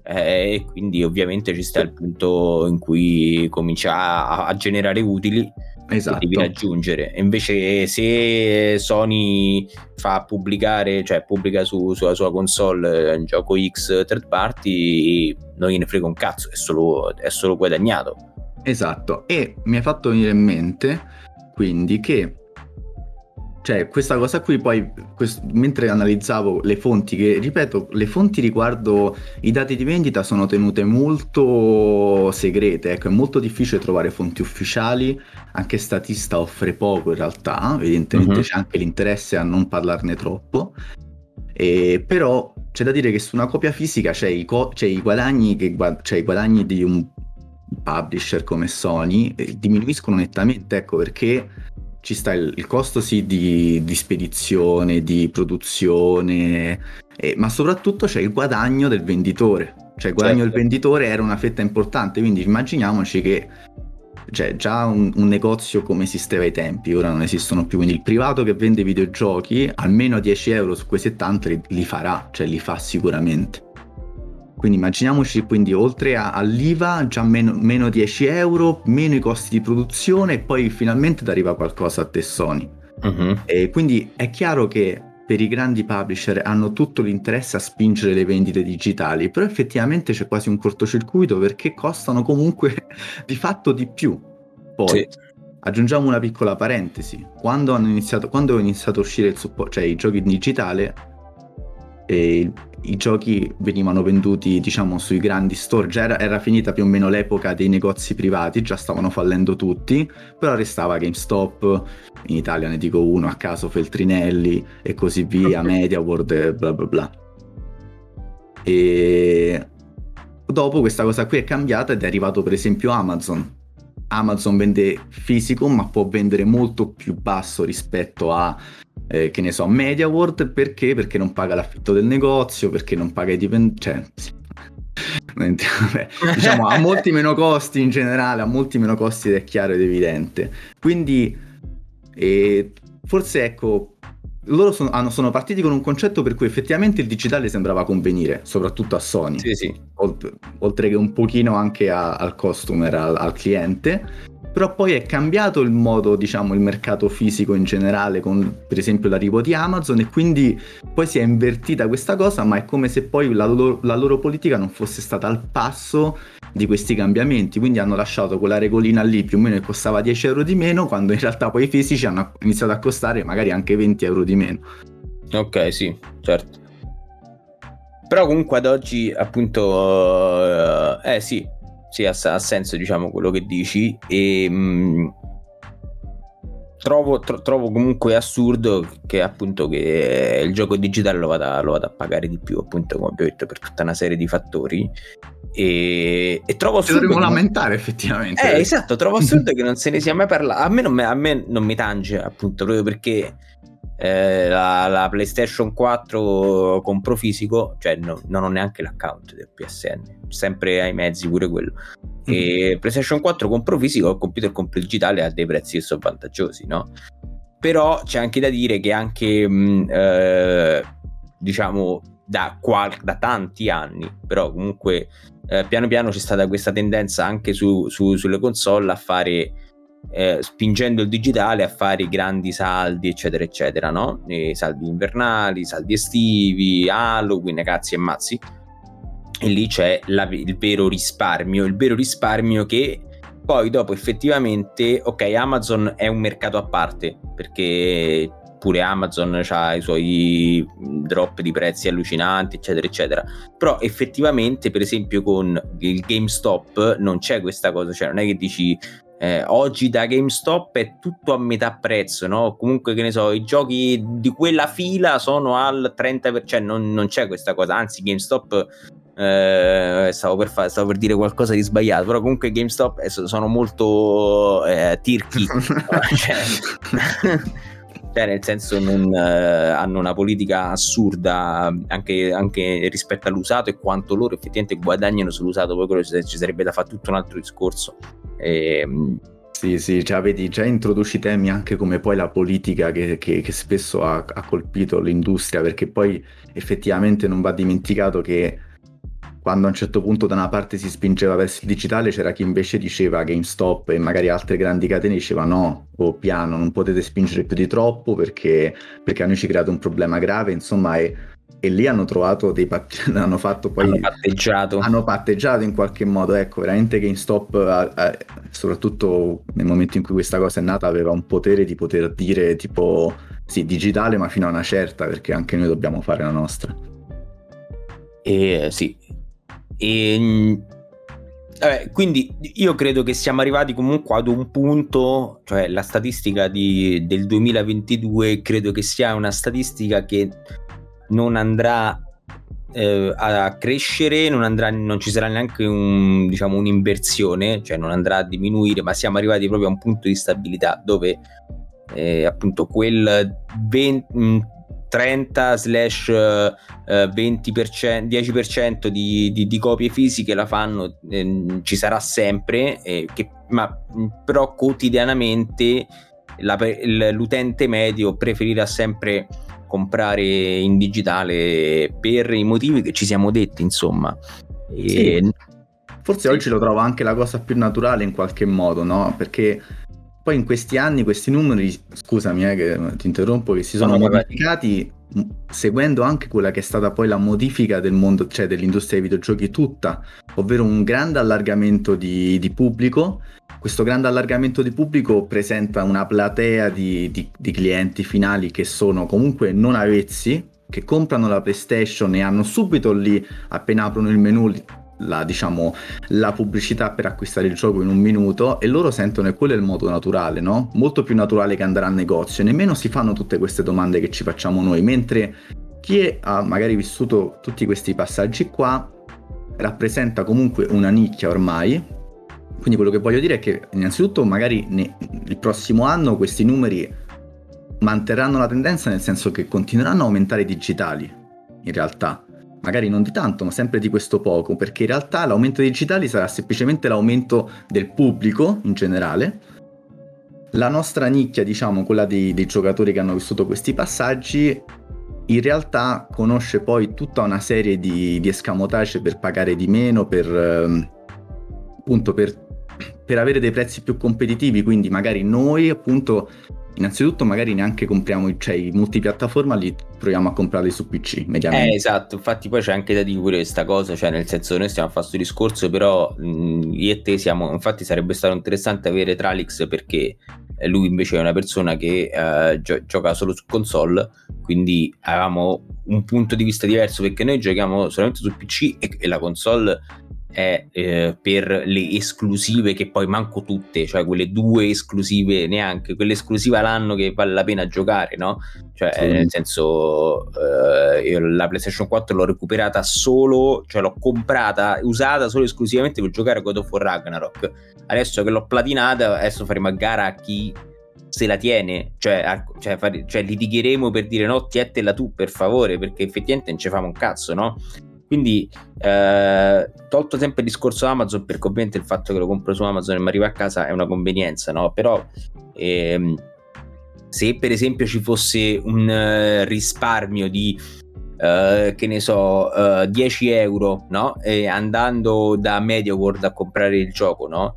eh, e quindi ovviamente ci sta il punto in cui comincia a, a generare utili. Esatto. Che devi raggiungere. E invece se Sony fa pubblicare, cioè pubblica su, sulla sua console un gioco X third party, non gliene frega un cazzo, è solo, è solo guadagnato. Esatto. E mi ha fatto venire in mente quindi che, cioè, questa cosa qui poi, quest- mentre analizzavo le fonti, che ripeto, le fonti riguardo i dati di vendita sono tenute molto segrete, ecco, è molto difficile trovare fonti ufficiali, anche Statista offre poco in realtà, evidentemente Mhm. c'è anche l'interesse a non parlarne troppo, e però c'è da dire che su una copia fisica c'è i, co- c'è i guadagni che gua- c'è i guadagni di un publisher come Sony eh, diminuiscono nettamente, ecco perché ci sta il, il costo sì di, di spedizione, di produzione, eh, ma soprattutto c'è il guadagno del venditore, cioè il guadagno Certo. del venditore era una fetta importante, quindi immaginiamoci che, cioè, già un, un negozio come esisteva ai tempi, ora non esistono più, quindi il privato che vende videogiochi almeno dieci euro su quei settanta li, li farà, cioè li fa sicuramente. Quindi immaginiamoci, quindi oltre a, all'I V A già meno, meno dieci euro, meno i costi di produzione e poi finalmente ti arriva qualcosa a te Sony. Mhm. E quindi è chiaro che per i grandi publisher hanno tutto l'interesse a spingere le vendite digitali, però effettivamente c'è quasi un cortocircuito perché costano comunque di fatto di più. Poi Sì. aggiungiamo una piccola parentesi, quando hanno iniziato, quando è iniziato a uscire il supporto, cioè i giochi in digitale, e i giochi venivano venduti diciamo sui grandi store, già era, era finita più o meno l'epoca dei negozi privati, già stavano fallendo tutti, però restava GameStop, in Italia ne dico uno a caso, Feltrinelli e così via, MediaWorld e bla bla bla. E dopo questa cosa qui è cambiata ed è arrivato per esempio Amazon. Amazon vende fisico ma può vendere molto più basso rispetto a Eh, che ne so, MediaWorld, perché? Perché non paga l'affitto del negozio, perché non paga i dipendenti, cioè, sì. Vabbè, diciamo, ha molti meno costi in generale, ha molti meno costi ed è chiaro ed evidente. Quindi, eh, forse ecco, loro sono, hanno, sono partiti con un concetto per cui effettivamente il digitale sembrava convenire, soprattutto a Sony, Sì, sì. oltre, oltre che un pochino anche a, al customer, al, al cliente. Però poi è cambiato il modo, diciamo, il mercato fisico in generale con per esempio l'arrivo di Amazon e quindi poi si è invertita questa cosa, ma è come se poi la loro, la loro politica non fosse stata al passo di questi cambiamenti, quindi hanno lasciato quella regolina lì più o meno che costava dieci euro di meno, quando in realtà poi i fisici hanno iniziato a costare magari anche venti euro di meno. Ok, sì, certo. Però comunque ad oggi appunto eh sì Sì, ha, ha senso, diciamo, quello che dici. E mh, trovo, tro, trovo comunque assurdo che appunto che il gioco digitale lo vada, lo vada a pagare di più, appunto, come abbiamo detto, per tutta una serie di fattori. E, e trovo Ci assurdo dovremmo che... lamentare effettivamente. Eh, esatto, trovo assurdo che non se ne sia mai parlato. A me non, me, a me non mi tange, appunto, proprio perché eh, la, la PlayStation quattro compro fisico, cioè no, non ho neanche l'account del P S N, sempre ai mezzi pure quello. E PlayStation quattro compro fisico, il computer compro digitale a dei prezzi che sono vantaggiosi, no? Però c'è anche da dire che anche mh, eh, diciamo da, qual- da tanti anni, però comunque eh, piano piano c'è stata questa tendenza anche su, su, sulle console a fare eh, spingendo il digitale a fare i grandi saldi eccetera eccetera, no? E saldi invernali, saldi estivi, Halloween, cazzi e mazzi. E lì c'è la, il vero risparmio, il vero risparmio che poi dopo effettivamente, ok, Amazon è un mercato a parte, perché pure Amazon ha i suoi drop di prezzi allucinanti, eccetera, eccetera. Però effettivamente, per esempio, con il GameStop non c'è questa cosa, cioè non è che dici eh, oggi da GameStop è tutto a metà prezzo, no? Comunque, che ne so, i giochi di quella fila sono al trenta per cento, cioè non, non c'è questa cosa, anzi GameStop... Eh, stavo, per fa- stavo per dire qualcosa di sbagliato, però comunque GameStop eh, sono molto eh, tirchi, cioè, cioè nel senso non, eh, hanno una politica assurda anche, anche rispetto all'usato e quanto loro effettivamente guadagnano sull'usato. Poi quello ci, ci sarebbe da fare tutto un altro discorso. E, Sì, sì, già vedi, già introduci temi anche come poi la politica che, che, che spesso ha, ha colpito l'industria, perché poi effettivamente non va dimenticato che quando a un certo punto da una parte si spingeva verso il digitale, c'era chi invece diceva, GameStop e magari altre grandi catene diceva no, o piano, non potete spingere più di troppo perché, perché a noi ci create un problema grave, insomma, e, e lì hanno trovato dei pat- hanno fatto poi hanno patteggiato hanno patteggiato in qualche modo, ecco, veramente GameStop a, a, soprattutto nel momento in cui questa cosa è nata aveva un potere di poter dire tipo sì, digitale ma fino a una certa, perché anche noi dobbiamo fare la nostra. E sì, e vabbè, quindi io credo che siamo arrivati comunque ad un punto, cioè la statistica di, del duemilaventidue credo che sia una statistica che non andrà eh, a crescere, non andrà, non ci sarà neanche un, diciamo, un'inversione, cioè non andrà a diminuire, ma siamo arrivati proprio a un punto di stabilità dove eh, appunto quel venti trenta slash venti per cento, dieci per cento di, di, di copie fisiche la fanno, eh, ci sarà sempre, eh, che, ma però quotidianamente la, l'utente medio preferirà sempre comprare in digitale per i motivi che ci siamo detti, insomma. E... Sì. Forse sì. Oggi lo trovo anche la cosa più naturale in qualche modo, no? Perché poi in questi anni questi numeri, scusami eh, che ti interrompo, che si sono no, modificati vai. seguendo anche quella che è stata poi la modifica del mondo, cioè dell'industria dei videogiochi tutta, ovvero un grande allargamento di, di pubblico. Questo grande allargamento di pubblico presenta una platea di, di, di clienti finali che sono comunque non avvezzi, che comprano la PlayStation e hanno subito lì, appena aprono il menu, la, diciamo, la pubblicità per acquistare il gioco in un minuto, e loro sentono che quello è il modo naturale, no? Molto più naturale che andare al negozio, e nemmeno si fanno tutte queste domande che ci facciamo noi, mentre chi ha magari vissuto tutti questi passaggi qua rappresenta comunque una nicchia ormai. Quindi quello che voglio dire è che innanzitutto magari ne, il prossimo anno questi numeri manterranno la tendenza, nel senso che continueranno a aumentare i digitali, in realtà magari non di tanto, ma sempre di questo poco, perché in realtà l'aumento dei digitali sarà semplicemente l'aumento del pubblico in generale. La nostra nicchia, diciamo, quella dei, dei giocatori che hanno vissuto questi passaggi, in realtà conosce poi tutta una serie di, di escamotage per pagare di meno, per eh, appunto per, per avere dei prezzi più competitivi. Quindi magari noi appunto innanzitutto magari neanche compriamo, cioè i multipiattaforma li proviamo a comprarli su P C mediamente. Eh, esatto, infatti poi c'è anche da dire pure questa cosa, cioè nel senso noi stiamo a fare questo discorso, però mh, io e te siamo, infatti sarebbe stato interessante avere Tralix, perché lui invece è una persona che uh, gio- gioca solo su console, quindi avevamo un punto di vista diverso, perché noi giochiamo solamente su P C e, e la console è eh, per le esclusive, che poi manco tutte, cioè quelle due esclusive, neanche quelle esclusive l'anno che vale la pena giocare, no? Cioè sì. eh, nel senso eh, io la PlayStation quattro l'ho recuperata solo, cioè l'ho comprata, usata solo esclusivamente per giocare a God of War Ragnarok. Adesso che l'ho platinata, adesso faremo a gara a chi se la tiene, cioè, a, cioè, fare, cioè litigheremo per dire no, tietela tu per favore, perché effettivamente non ci famo un cazzo, no? Quindi eh, tolto sempre il discorso Amazon, perché ovviamente il fatto che lo compro su Amazon e mi arriva a casa è una convenienza, no? Però ehm, se per esempio ci fosse un uh, risparmio di uh, che ne so uh, dieci euro, no? E andando da MediaWorld a comprare il gioco, no?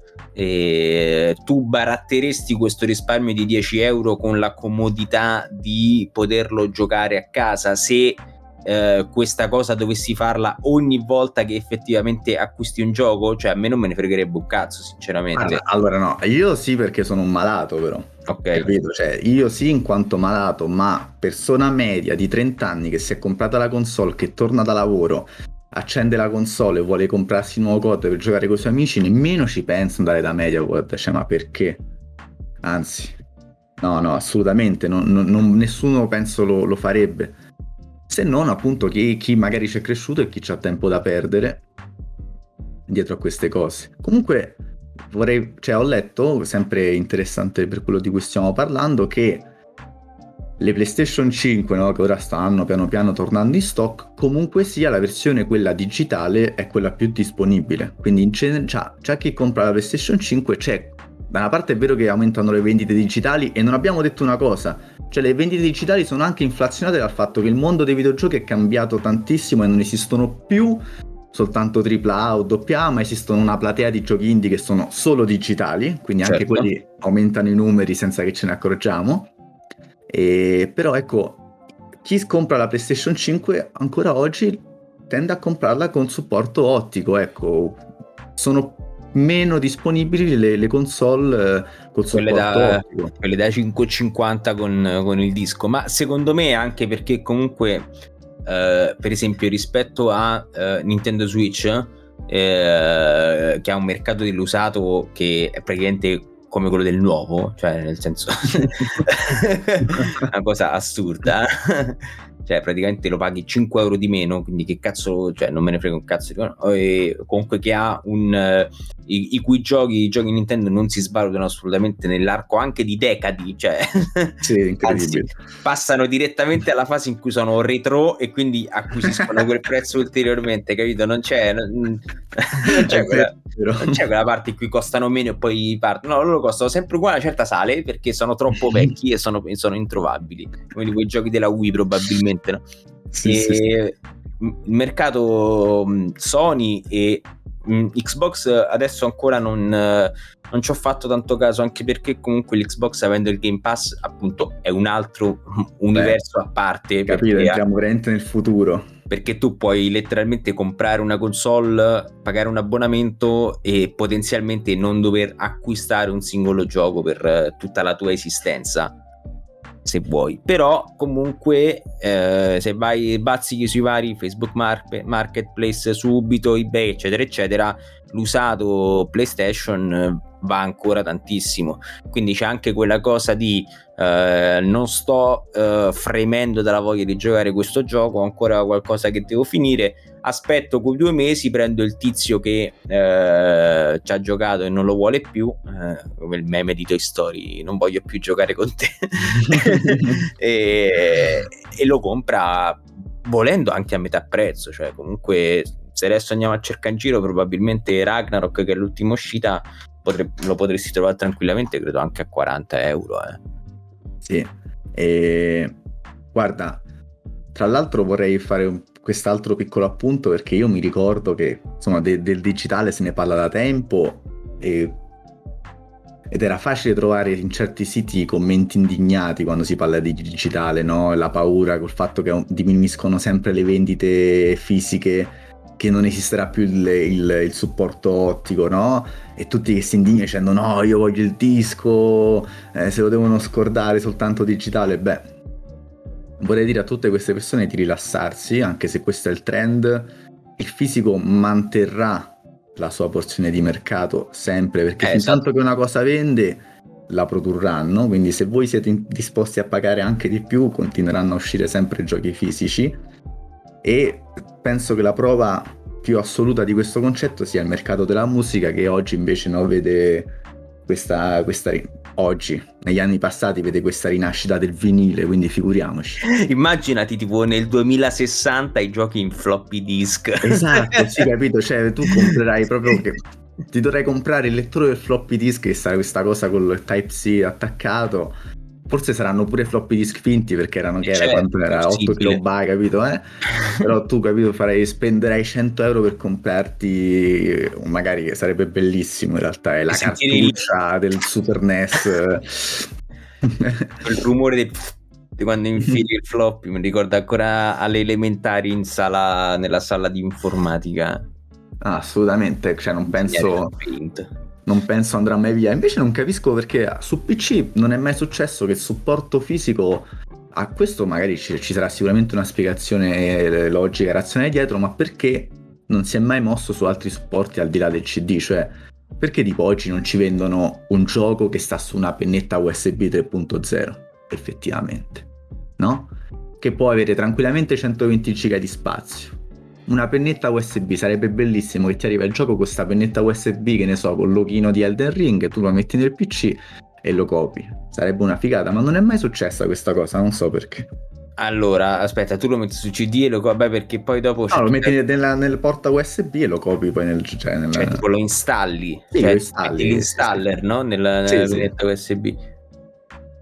E tu baratteresti questo risparmio di dieci euro con la comodità di poterlo giocare a casa, se Uh, questa cosa dovessi farla ogni volta che effettivamente acquisti un gioco? Cioè a me non me ne fregherebbe un cazzo, sinceramente. Allora, allora no, io sì, perché sono un malato, però ok, capito? Cioè io sì in quanto malato, ma persona media di trenta anni che si è comprata la console, che torna da lavoro, accende la console e vuole comprarsi il nuovo C O D per giocare con i suoi amici, nemmeno ci pensa andare da MediaWorld, cioè ma perché? Anzi no no assolutamente non, non, non, nessuno penso lo, lo farebbe, se non appunto chi, chi magari ci è cresciuto e chi c'ha tempo da perdere dietro a queste cose. Comunque vorrei, cioè ho letto, sempre interessante per quello di cui stiamo parlando, che le PlayStation cinque, no, che ora stanno piano piano tornando in stock, comunque sia la versione quella digitale è quella più disponibile, quindi in gen- già, già chi compra la PlayStation cinque c'è. Da una parte è vero che aumentano le vendite digitali, e non abbiamo detto una cosa, cioè le vendite digitali sono anche inflazionate dal fatto che il mondo dei videogiochi è cambiato tantissimo e non esistono più soltanto tripla A o doppia A, ma esistono una platea di giochi indie che sono solo digitali, quindi anche Certo. quelli aumentano i numeri senza che ce ne accorgiamo. E, però ecco, chi compra la PlayStation cinque ancora oggi tende a comprarla con supporto ottico, ecco, sono meno disponibili le, le console eh, col quelle supporto da, ottico. quelle da cinquecentocinquanta con, con il disco, ma secondo me anche perché comunque Uh, per esempio rispetto a uh, Nintendo Switch uh, che ha un mercato dell'usato che è praticamente come quello del nuovo, cioè nel senso una cosa assurda, cioè praticamente lo paghi cinque euro di meno, quindi che cazzo, cioè non me ne frega un cazzo di no, e comunque che ha un uh, i, i cui giochi i giochi Nintendo non si svalutano assolutamente nell'arco anche di decadi, cioè sì, incredibile. Anzi, passano direttamente alla fase in cui sono retro e quindi acquisiscono quel prezzo ulteriormente, capito? Non c'è non, non c'è quella, non c'è quella parte in cui costano meno e poi partono, no, loro costano sempre uguale, una certa sale perché sono troppo vecchi e sono, sono introvabili, come di quei giochi della Wii probabilmente, no? Sì, e sì, sì. Il mercato Sony e Xbox adesso ancora non, non ci ho fatto tanto caso, anche perché comunque l'Xbox, avendo il Game Pass, appunto è un altro universo Beh, a parte, capito, entriamo veramente nel futuro, perché tu puoi letteralmente comprare una console, pagare un abbonamento e potenzialmente non dover acquistare un singolo gioco per tutta la tua esistenza, se vuoi. Però comunque eh, se vai bazzichi sui vari Facebook Marketplace, Subito, eBay eccetera eccetera, l'usato PlayStation va ancora tantissimo, quindi c'è anche quella cosa di eh, non sto eh, fremendo dalla voglia di giocare questo gioco, ho ancora qualcosa che devo finire, aspetto quei due mesi, prendo il tizio che eh, ci ha giocato e non lo vuole più, eh, come il meme di Toy Story, non voglio più giocare con te e, e lo compra volendo anche a metà prezzo, cioè comunque se adesso andiamo a cercare in giro probabilmente Ragnarok, che è l'ultima uscita, potrebbe, lo potresti trovare tranquillamente, credo anche a quaranta euro eh. Sì, e guarda, tra l'altro vorrei fare un, quest'altro piccolo appunto, perché io mi ricordo che insomma de, del digitale se ne parla da tempo e, ed era facile trovare in certi siti commenti indignati quando si parla di digitale, no? La paura col fatto che diminuiscono sempre le vendite fisiche, che non esisterà più il, il, il supporto ottico, no? E tutti che si indignano dicendo no, io voglio il disco, eh, se lo devono scordare soltanto digitale. Beh, vorrei dire a tutte queste persone di rilassarsi, anche se questo è il trend, il fisico manterrà la sua porzione di mercato sempre, perché eh, fin esatto. tanto che una cosa vende la produrranno, quindi se voi siete disposti a pagare anche di più continueranno a uscire sempre giochi fisici. E penso che la prova più assoluta di questo concetto sia il mercato della musica, che oggi invece no, vede questa, questa oggi, negli anni passati vede questa rinascita del vinile, quindi figuriamoci. Immaginati tipo nel duemilasessanta i giochi in floppy disk. Esatto, sì, capito, cioè tu comprerai proprio che ti dovrai comprare il lettore del floppy disk, che sarà questa cosa con il Type-C attaccato. Forse saranno pure floppy disk finti, perché erano che era, quanto era otto kilobyte, capito, eh? Però tu, capito, farei, spenderai cento euro per comprarti, magari che sarebbe bellissimo in realtà, è la cartuccia del Super N E S. Il rumore di, di quando infili il floppy mi ricorda ancora alle elementari in sala, nella sala di informatica. Ah, assolutamente, cioè non penso... non penso andrà mai via. Invece non capisco perché su P C non è mai successo che il supporto fisico, a questo magari ci, ci sarà sicuramente una spiegazione logica, razionale dietro, ma perché non si è mai mosso su altri supporti al di là del C D? Cioè, perché tipo oggi non ci vendono un gioco che sta su una pennetta U S B tre punto zero effettivamente, no? Che può avere tranquillamente centoventi giga di spazio. Una pennetta U S B, sarebbe bellissimo che ti arriva il gioco con questa pennetta U S B, che ne so, con l'ochino di Elden Ring, tu lo metti nel P C e lo copi. Sarebbe una figata, ma non è mai successa questa cosa, non so perché. Allora, aspetta, tu lo metti su C D e lo copi, perché poi dopo... No, lo metti nella, nel porta U S B e lo copi poi nel... Cioè, nella... cioè tipo lo installi, sì, cioè lo installi, l'installer, sì, sì. No? Nella, Sì, nella sì. pennetta U S B.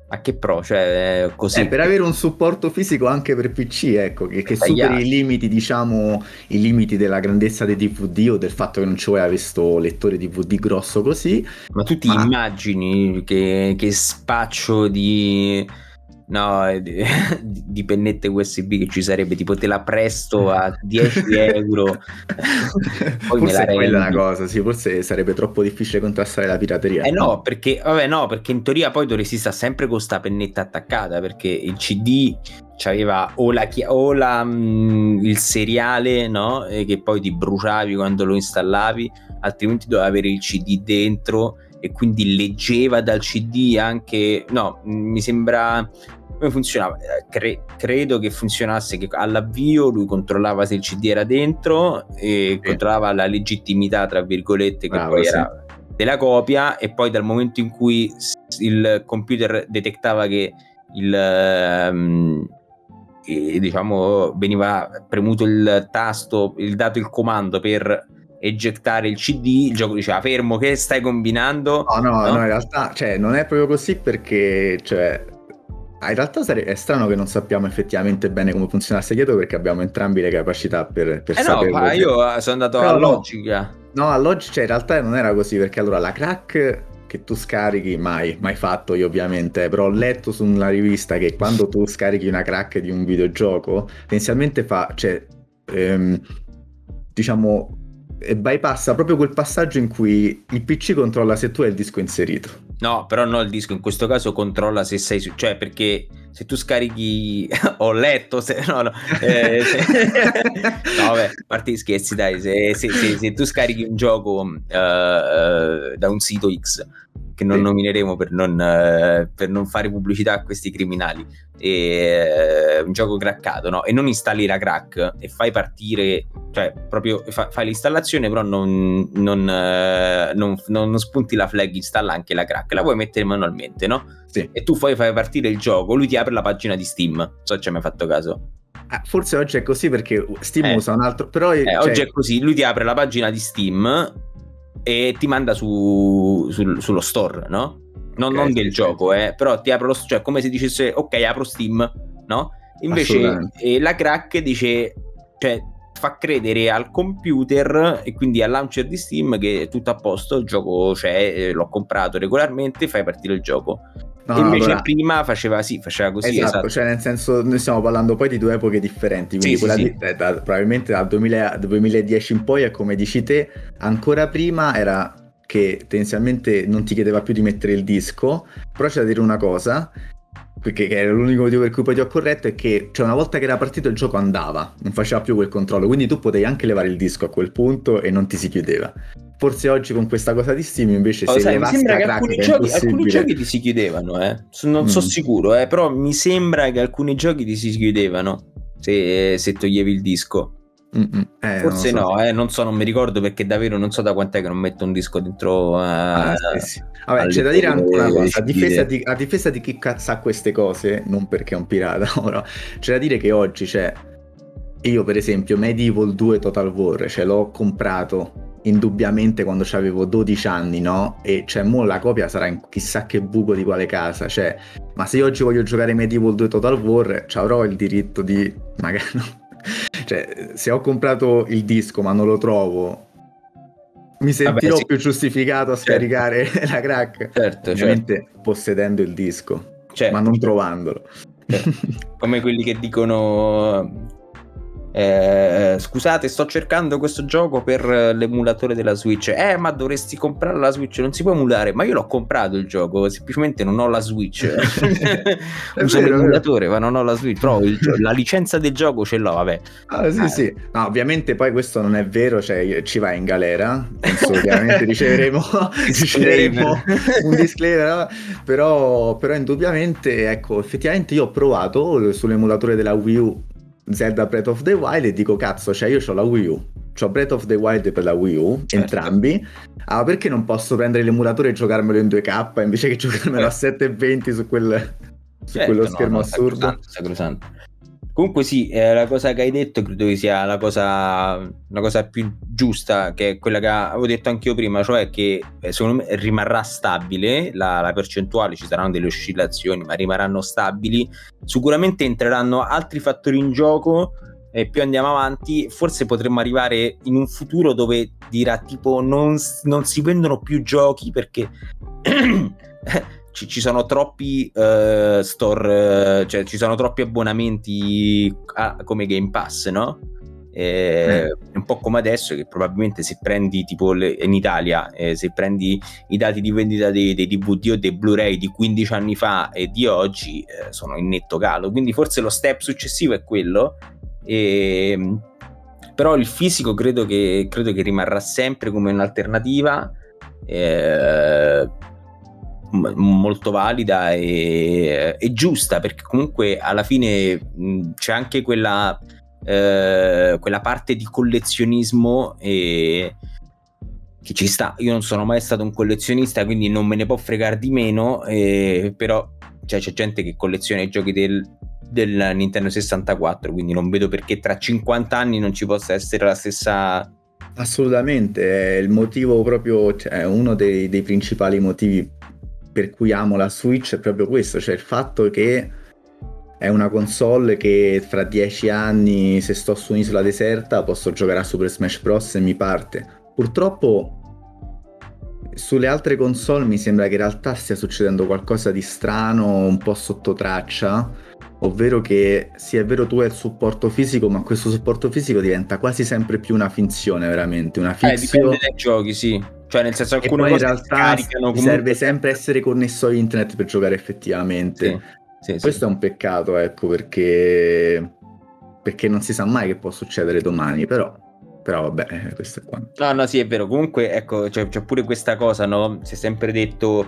A che pro? Cioè, così. Eh, per avere un supporto fisico anche per P C, ecco, che, che superi i limiti, diciamo, i limiti della grandezza dei D V D o del fatto che non ci vuoi avere questo lettore D V D grosso così. Ma tu ti Ma... immagini che, che spaccio di... No, di, di pennette U S B che ci sarebbe, tipo te la presto a dieci euro. Poi forse me la è quella rendi. una cosa, sì, forse sarebbe troppo difficile contrastare la pirateria. Eh no, no, perché vabbè no, perché in teoria poi dovresti stare sempre con sta pennetta attaccata, perché il C D c'aveva o la, o la mh, il seriale, no? E che poi ti bruciavi quando lo installavi, altrimenti doveva avere il C D dentro e quindi leggeva dal C D anche, no, mi sembra. Come funzionava? Cre- credo che funzionasse che all'avvio lui controllava se il C D era dentro e sì. controllava la legittimità, tra virgolette, che Bravo, poi sì. era della copia, e poi dal momento in cui il computer detectava che il um, e, diciamo veniva premuto il tasto, il dato il comando per egettare il C D, il gioco diceva fermo, che stai combinando? No, no, no, no, in realtà, cioè, non è proprio così, perché, cioè, in realtà è strano che non sappiamo effettivamente bene come funzionasse dietro, perché abbiamo entrambi le capacità per, per eh no, saperlo. ma io sono andato Però a no. logica. No, a logica, cioè, in realtà non era così, perché allora la crack che tu scarichi, mai, mai fatto io ovviamente, però ho letto su una rivista che quando tu scarichi una crack di un videogioco, tendenzialmente fa, cioè, ehm, diciamo, bypassa proprio quel passaggio in cui il P C controlla se tu hai il disco inserito. No, però no, il disco in questo caso controlla se sei su... Cioè, perché se tu scarichi... Ho letto, se... No, no, eh, se... no, vabbè, a parte gli scherzi, dai, se, se, se, se tu scarichi un gioco uh, uh, da un sito X, che non sì. nomineremo per non, uh, per non fare pubblicità a questi criminali, e, uh, un gioco craccato, no? E non installi la crack e fai partire... Cioè, proprio fa, fai l'installazione, però non, non, uh, non, non spunti la flag, installa anche la crack, la puoi mettere manualmente, no? Sì. E tu poi fai partire il gioco, lui ti apre la pagina di Steam. Non so se ci hai mai fatto caso. Ah, forse oggi è così perché Steam eh. usa un altro, però eh, cioè... oggi è così, lui ti apre la pagina di Steam e ti manda su, sul, sullo store, no? Non, okay, non del sì, gioco, sì. Eh, però ti apre lo, cioè come se dicesse ok, apro Steam, no? Invece eh, la crack dice, cioè fa credere al computer e quindi al launcher di Steam che è tutto a posto, il gioco c'è, eh, l'ho comprato regolarmente, fai partire il gioco. No, e invece allora... prima faceva sì, faceva così. Esatto, esatto, cioè nel senso noi stiamo parlando poi di due epoche differenti, quindi sì, quella sì, di, sì. Da, probabilmente dal duemila, duemiladieci in poi è come dici te, ancora prima era che tendenzialmente non ti chiedeva più di mettere il disco, però c'è da dire una cosa, perché che era l'unico motivo per cui poi ti ho corretto, è che cioè una volta che era partito il gioco andava, non faceva più quel controllo, quindi tu potevi anche levare il disco a quel punto e non ti si chiudeva. Forse oggi con questa cosa di Steam invece oh, se sai, mi sembra che alcuni giochi, alcuni giochi ti si chiudevano, eh. non mm. sono sicuro, eh, però mi sembra che alcuni giochi ti si chiudevano se, se toglievi il disco. Eh, forse non so. no, eh, non so, non mi ricordo perché davvero non so da quant'è che non metto un disco dentro. Uh, ah, sì, sì. Vabbè, c'è da dire anche una cosa: a difesa, di, a difesa di chi sa queste cose, non perché è un pirata, ora c'è da dire che oggi c'è. Io, per esempio, Medieval due Total War, ce l'ho comprato indubbiamente quando avevo dodici anni, no? E cioè, mo la copia sarà in chissà che buco di quale casa, cioè, ma se io oggi voglio giocare Medieval due Total War, ci avrò il diritto di magari. Cioè, se ho comprato il disco ma non lo trovo, mi sentirò Vabbè, sì. più giustificato a certo. scaricare la crack, certo, ovviamente certo. possedendo il disco, certo, ma non certo. trovandolo. Certo. Come quelli che dicono eh, scusate, sto cercando questo gioco per l'emulatore della Switch. Eh, ma dovresti comprare la Switch, non si può emulare. Ma io l'ho comprato il gioco, semplicemente non ho la Switch. Uso vero, l'emulatore, ma non ho la Switch. Però il, la licenza del gioco ce l'ho, vabbè. Ah, sì, ah, sì. No, ovviamente poi questo non è vero, cioè ci vai in galera. Penso chiaramente riceveremo, riceveremo un disclaimer, però, però indubbiamente, ecco, effettivamente io ho provato sull'emulatore della Wii U Zelda Breath of the Wild e dico cazzo, cioè io c'ho la Wii U, c'ho Breath of the Wild per la Wii U, certo. entrambi, ah perché non posso prendere l'emulatore e giocarmelo in due K invece che giocarmelo a sette venti su, quel, su certo, quello schermo no, no, assurdo? Sacrosanto, sacrosanto. Comunque sì, eh, la cosa che hai detto credo che sia la cosa, la cosa più giusta, che è quella che avevo detto anch'io prima, cioè che eh, secondo me rimarrà stabile la, la percentuale, ci saranno delle oscillazioni, ma rimarranno stabili. Sicuramente entreranno altri fattori in gioco e più andiamo avanti, forse potremmo arrivare in un futuro dove dirà tipo non, non si vendono più giochi perché... Ci, ci sono troppi uh, store, uh, cioè ci sono troppi abbonamenti a, come Game Pass, no? E, eh. Un po' come adesso, che probabilmente se prendi tipo le, in Italia, eh, se prendi i dati di vendita dei, dei D V D o dei Blu-ray di quindici anni fa e di oggi, eh, sono in netto calo. Quindi forse lo step successivo è quello. E, però il fisico credo che, credo che rimarrà sempre come un'alternativa. Eh, molto valida e, e giusta, perché comunque alla fine mh, c'è anche quella eh, quella parte di collezionismo e, che ci sta. Io non sono mai stato un collezionista, quindi non me ne può fregare di meno, e, però cioè, c'è gente che colleziona i giochi del, del Nintendo sessantaquattro, quindi non vedo perché tra cinquanta anni non ci possa essere la stessa. Assolutamente, è il motivo proprio, cioè uno dei, dei principali motivi per cui amo la Switch è proprio questo, cioè il fatto che è una console che fra dieci anni, se sto su un'isola deserta, posso giocare a Super Smash Bros. E mi parte. Purtroppo sulle altre console mi sembra che in realtà stia succedendo qualcosa di strano, un po' sotto traccia, ovvero che sì, è vero, tu hai il supporto fisico, ma questo supporto fisico diventa quasi sempre più una finzione, veramente una fizione. Eh, dipende dai giochi, sì. Cioè nel senso, alcune cose in realtà comunque... serve sempre essere connesso a internet per giocare effettivamente. Sì, sì, questo sì. È un peccato, ecco, perché perché non si sa mai che può succedere domani, però però vabbè, questo è quanto. No, no, sì, è vero. Comunque ecco, c'è, c'è pure questa cosa, no? Si è sempre detto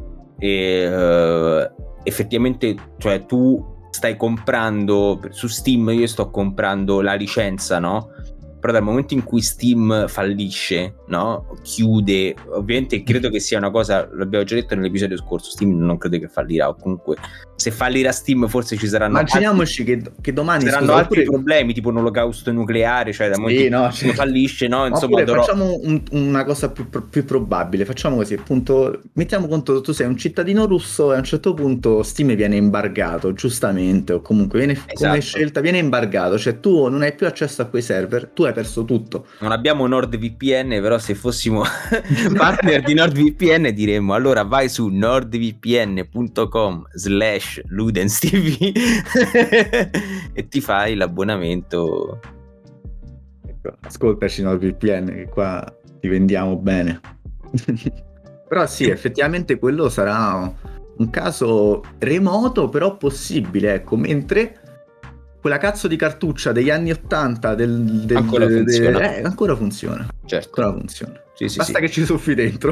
eh, effettivamente, cioè tu stai comprando su Steam, io sto comprando la licenza, no? Però dal momento in cui Steam fallisce, no? Chiude, ovviamente credo che sia una cosa, l'abbiamo già detto nell'episodio scorso, Steam non credo che fallirà, o comunque se fallirà Steam forse ci saranno immaginiamoci altri, che, che domani ci saranno scusa, altri oppure... problemi, tipo un olocausto nucleare, cioè da momento sì, in no, cui cioè... fallisce, no? Insomma, oppure dovrò... facciamo un, una cosa più, più probabile, facciamo così, appunto, mettiamo conto tu sei un cittadino russo e a un certo punto Steam viene embargato, giustamente, o comunque viene esatto. come scelta, viene embargato, cioè tu non hai più accesso a quei server, tu hai perso tutto. Non abbiamo NordVPN, però se fossimo partner di NordVPN diremmo allora vai su nordvpn.com slash ludenstv e ti fai l'abbonamento. Ecco, ascoltaci NordVPN che qua ti vendiamo bene. Però sì, effettivamente quello sarà un caso remoto però possibile, ecco, mentre quella cazzo di cartuccia degli anni ottanta del, del, ancora, del, funziona. Del, eh, ancora funziona. Certo. Ancora funziona. Sì, sì, basta sì. che ci soffi dentro.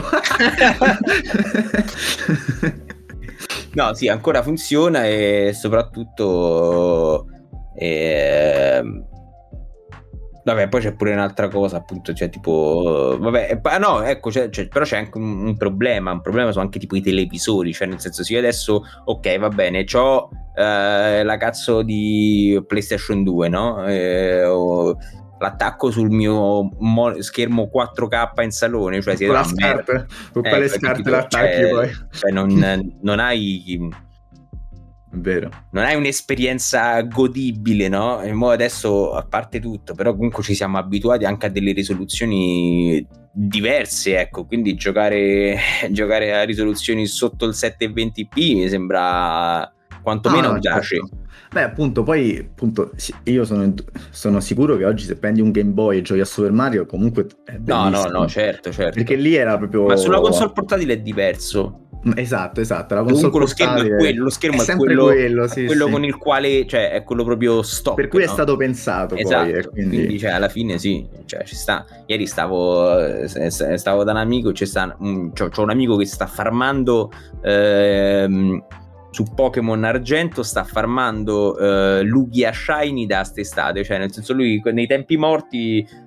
No, sì, ancora funziona e soprattutto eh, vabbè, poi c'è pure un'altra cosa, appunto, cioè tipo vabbè, ah, no, ecco, c'è, c'è, però c'è anche un, un problema, un problema sono anche tipo i televisori, cioè nel senso, sì, adesso ok, va bene, c'ho eh, la cazzo di PlayStation due, no? Eh, o l'attacco sul mio mo- schermo quattro K in salone, cioè con la scarpe, con quelle eh, scarpe l'attacchi cioè, poi. Cioè non, non hai vero, non hai un'esperienza godibile, no? E mo adesso, a parte tutto, però comunque ci siamo abituati anche a delle risoluzioni diverse, ecco, quindi giocare giocare a risoluzioni sotto il settecentoventi p mi sembra quantomeno ah, audace. Certo. Beh, appunto, poi appunto io sono, sono sicuro che oggi se prendi un Game Boy e giochi a Super Mario comunque è no, no, no, certo, certo. Perché lì era proprio... Ma sulla console portatile è diverso. Esatto, esatto. La console comunque lo schermo è quello, lo schermo è, è sempre quello, quello, sì, è quello sì. con il quale, cioè, è quello proprio stock. Per cui no? è stato pensato esatto, poi. E quindi... quindi cioè, alla fine sì, cioè, ci sta. Ieri stavo, stavo da un amico, c'è, sta, um, c'ho, c'ho un amico che sta farmando ehm, su Pokémon Argento, sta farmando eh, Lugia Shiny da st'estate, cioè nel senso lui nei tempi morti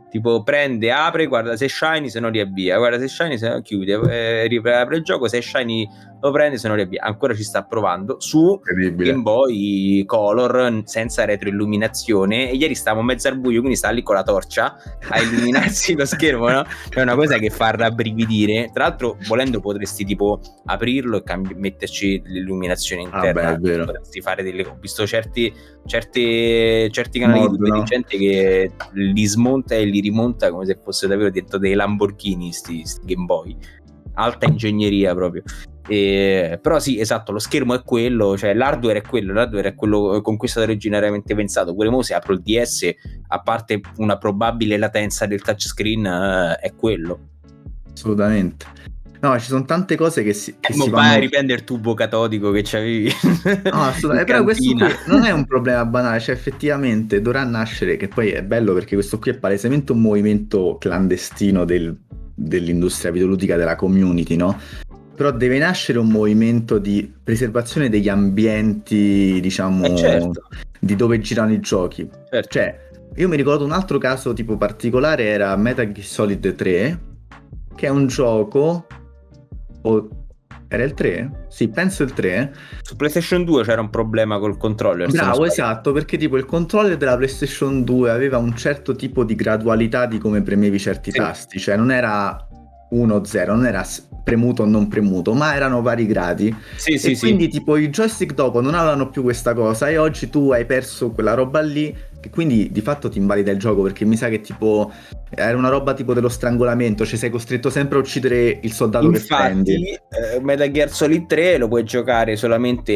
tipo prende, apre, guarda se shiny, se no riavvia, guarda se shiny, se no chiude, eh, riapre il gioco, se shiny lo prende, se no riavvia. Ancora ci sta provando su Game Boy Color senza retroilluminazione, e ieri stavamo mezzo al buio, quindi sta lì con la torcia a illuminarsi lo schermo, no? È una cosa che fa rabbrividire. Tra l'altro, volendo potresti tipo aprirlo e cambi- metterci l'illuminazione interna. Ah, beh, è vero. Potresti fare delle, ho visto certi certi, certi canali Mod, YouTube no? di gente che li smonta e li rimonta come se fosse davvero dentro dei Lamborghini sti, sti Game Boy, alta ingegneria proprio. E, però sì, esatto, lo schermo è quello, cioè l'hardware è quello, l'hardware è quello con cui è stato originariamente pensato. Pure mo se apro il D S, a parte una probabile latenza del touchscreen, uh, è quello. Assolutamente. No, ci sono tante cose che si, che eh, si non vanno... vai a riprendere il tubo catodico che c'avevi. No, assolutamente. Però questo qui non è un problema banale, cioè effettivamente dovrà nascere, che poi è bello perché questo qui è palesemente un movimento clandestino del, dell'industria videoludica, della community, no? Però deve nascere un movimento di preservazione degli ambienti, diciamo, eh certo. di dove girano i giochi. Certo. Cioè, io mi ricordo un altro caso tipo particolare, era Metal Gear Solid tre, che è un gioco... O... Era il tre? Sì, penso il tre. Su PlayStation due c'era un problema col controller. Bravo, esatto, perché tipo il controller della PlayStation due aveva un certo tipo di gradualità di come premevi certi sì. tasti, cioè non era uno zero, non era premuto o non premuto, ma erano vari gradi. Sì, e sì, quindi sì. tipo i joystick dopo non avevano più questa cosa e oggi tu hai perso quella roba lì, che quindi di fatto ti invalida il gioco, perché mi sa che tipo era una roba tipo dello strangolamento, cioè sei costretto sempre a uccidere il soldato. Infatti, che prendi. eh, Metal Gear Solid tre lo puoi giocare solamente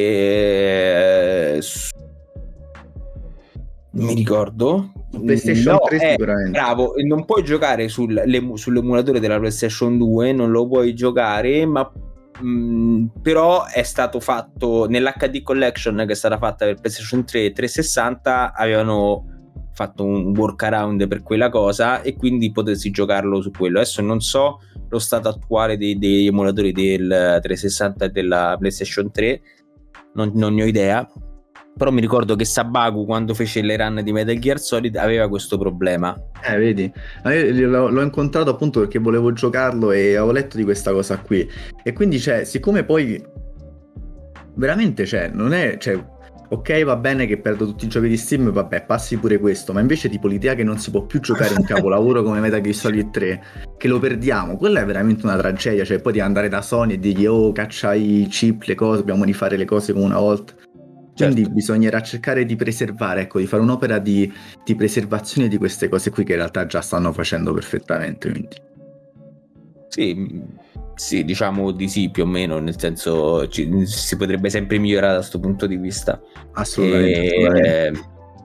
eh, su... non mi ricordo, PlayStation no, tre eh, sicuramente. Bravo, non puoi giocare sul, le, sull'emulatore della PlayStation due, non lo puoi giocare, ma mh, però è stato fatto nell'H D Collection che è stata fatta per PlayStation tre e trecentosessanta, avevano fatto un workaround per quella cosa e quindi potersi giocarlo su quello. Adesso non so lo stato attuale dei, degli emulatori del trecentosessanta e della PlayStation tre, non, non ne ho idea, però mi ricordo che Sabaku, quando fece le run di Metal Gear Solid, aveva questo problema. Eh, vedi, io l'ho, l'ho incontrato appunto perché volevo giocarlo e avevo letto di questa cosa qui. E quindi, cioè, siccome poi veramente, cioè, non è, cioè, ok, va bene che perdo tutti i giochi di Steam, vabbè, passi pure questo, ma invece tipo l'idea che non si può più giocare un capolavoro come Metal Gear Solid tre, che lo perdiamo, quella è veramente una tragedia. Cioè, poi devi andare da Sony e dirgli, oh, caccia i chip, le cose, dobbiamo rifare le cose come una volta. Quindi certo, bisognerà cercare di preservare, ecco, di fare un'opera di, di preservazione di queste cose qui che in realtà già stanno facendo perfettamente. Quindi. Sì, sì, diciamo di sì, più o meno, nel senso ci, si potrebbe sempre migliorare da questo punto di vista. Assolutamente. E, assolutamente. eh,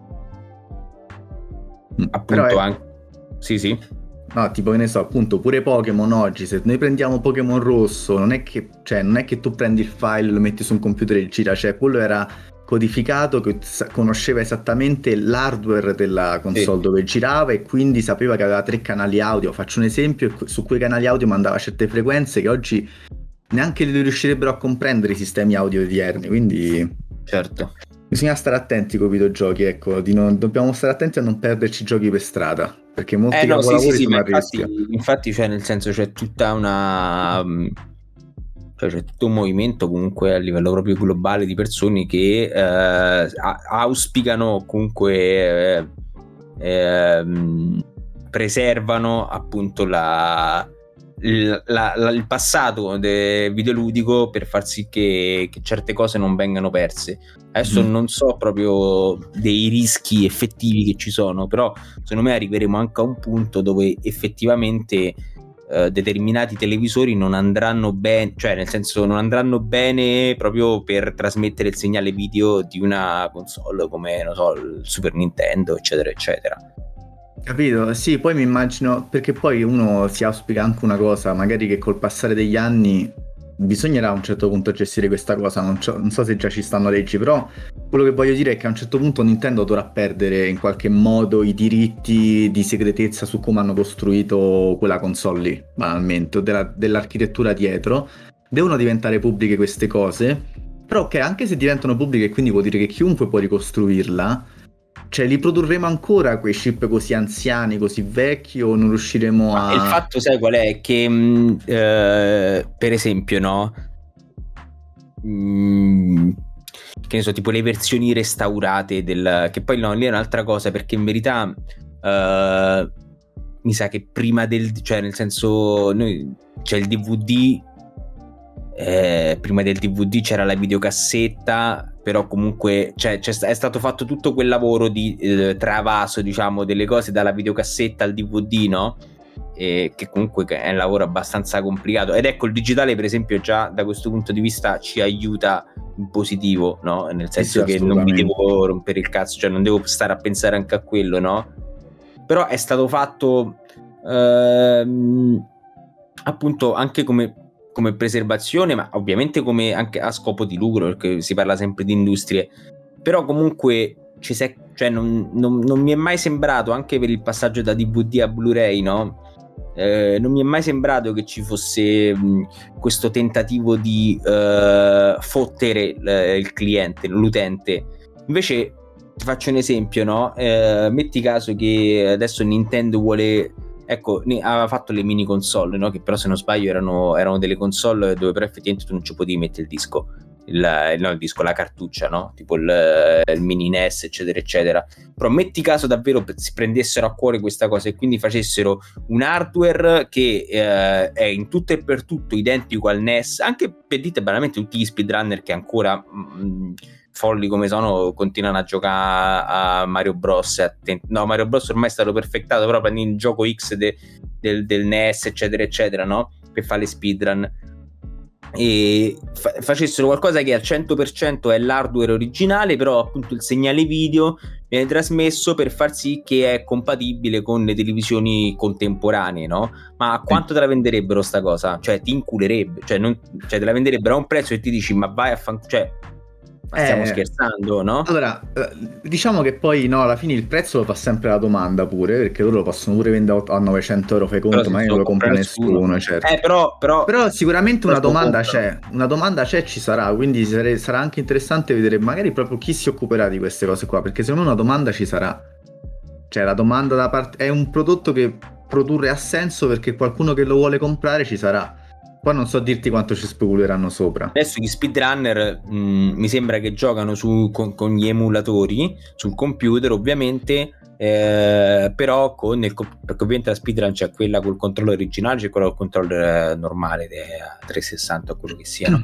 appunto è... anche... Sì, sì. No, tipo che ne so, appunto, pure Pokémon oggi, se noi prendiamo Pokémon rosso, non è che, cioè, non è che tu prendi il file, lo metti su un computer e gira, cioè quello era codificato, che conosceva esattamente l'hardware della console, sì, dove girava e quindi sapeva che aveva tre canali audio. Faccio un esempio, su quei canali audio mandava certe frequenze che oggi neanche li riuscirebbero a comprendere i sistemi audio odierni, quindi certo, bisogna stare attenti con i videogiochi, ecco, di non, dobbiamo stare attenti a non perderci giochi per strada, perché molti eh no, capolavori sì, sì, sono sì, a rischio. Infatti, infatti cioè, nel senso c'è tutta una... cioè c'è tutto un movimento comunque a livello proprio globale di persone che eh, auspicano comunque eh, eh, preservano appunto la, la, la, il passato del videoludico per far sì che, che certe cose non vengano perse. Adesso mm. non so proprio dei rischi effettivi che ci sono, però secondo me arriveremo anche a un punto dove effettivamente Uh, determinati televisori non andranno bene, cioè nel senso non andranno bene proprio per trasmettere il segnale video di una console come, non so, il Super Nintendo, eccetera eccetera. Capito? Sì, poi mi immagino, perché poi uno si auspica anche una cosa, magari che col passare degli anni bisognerà a un certo punto gestire questa cosa, non, non so se già ci stanno leggi, però quello che voglio dire è che a un certo punto Nintendo dovrà perdere in qualche modo i diritti di segretezza su come hanno costruito quella console lì, banalmente, della, dell'architettura dietro. Devono diventare pubbliche queste cose, però ok, anche se diventano pubbliche, quindi vuol dire che chiunque può ricostruirla, cioè li produrremo ancora quei chip così anziani, così vecchi, o non riusciremo a... Ma il fatto, sai qual è? Che mh, eh, per esempio, no? Mh, che ne so, tipo le versioni restaurate del... Che poi no, lì è un'altra cosa, perché in verità eh, mi sa che prima del... Cioè nel senso, noi c'è il D V D, eh, prima del D V D c'era la videocassetta, però comunque cioè, c'è, è stato fatto tutto quel lavoro di eh, travaso, diciamo, delle cose dalla videocassetta al D V D, no? E che comunque è un lavoro abbastanza complicato, ed ecco il digitale per esempio già da questo punto di vista ci aiuta in positivo, no? Nel senso sì, che non mi devo rompere il cazzo, cioè non devo stare a pensare anche a quello, no? Però è stato fatto ehm, appunto anche come come preservazione, ma ovviamente come anche a scopo di lucro, perché si parla sempre di industrie, però comunque ci sei, cioè non, non, non mi è mai sembrato, anche per il passaggio da D V D a Blu-ray, no? Eh, non mi è mai sembrato che ci fosse mh, questo tentativo di uh, fottere l- il cliente, l'utente. Invece ti faccio un esempio, no? Eh, metti caso che adesso Nintendo vuole... Ecco, aveva fatto le mini console, no? Che però se non sbaglio erano, erano delle console dove però effettivamente tu non ci potevi mettere il disco, il, no, il disco, la cartuccia, no? Tipo il, il mini N E S, eccetera, eccetera. Però metti caso davvero si prendessero a cuore questa cosa e quindi facessero un hardware che eh, è in tutto e per tutto identico al N E S, anche per dite banalmente tutti gli speedrunner che ancora... Mh, folli come sono continuano a giocare a Mario Bros. No, Mario Bros ormai è stato perfettato, però prendi il gioco X de, del, del N E S, eccetera eccetera, no? Per fare le speedrun e fa- facessero qualcosa che al cento per cento è l'hardware originale, però appunto il segnale video viene trasmesso per far sì che è compatibile con le televisioni contemporanee, no? Ma a quanto te la venderebbero sta cosa? Cioè ti inculerebbe, cioè, non, cioè te la venderebbero a un prezzo e ti dici ma vai a fan... cioè ma stiamo eh, scherzando, no? Allora, diciamo che poi no, alla fine il prezzo lo fa sempre la domanda pure, perché loro lo possono pure vendere a novecento euro, fai conto, ma non lo compra nessuno, nessuno certo. Eh, però, però, però sicuramente una domanda c'è, una domanda c'è ci sarà, quindi sarà anche interessante vedere magari proprio chi si occuperà di queste cose qua, perché secondo me una domanda ci sarà. Cioè la domanda da parte... è un prodotto che produrre ha senso perché qualcuno che lo vuole comprare ci sarà. Poi non so dirti quanto ci speculeranno sopra. Adesso gli speedrunner mh, mi sembra che giocano su, con, con gli emulatori sul computer ovviamente, eh, però con il, perché ovviamente la speedrun c'è quella col controller originale, c'è quella col controller normale a trecentosessanta o quello che siano.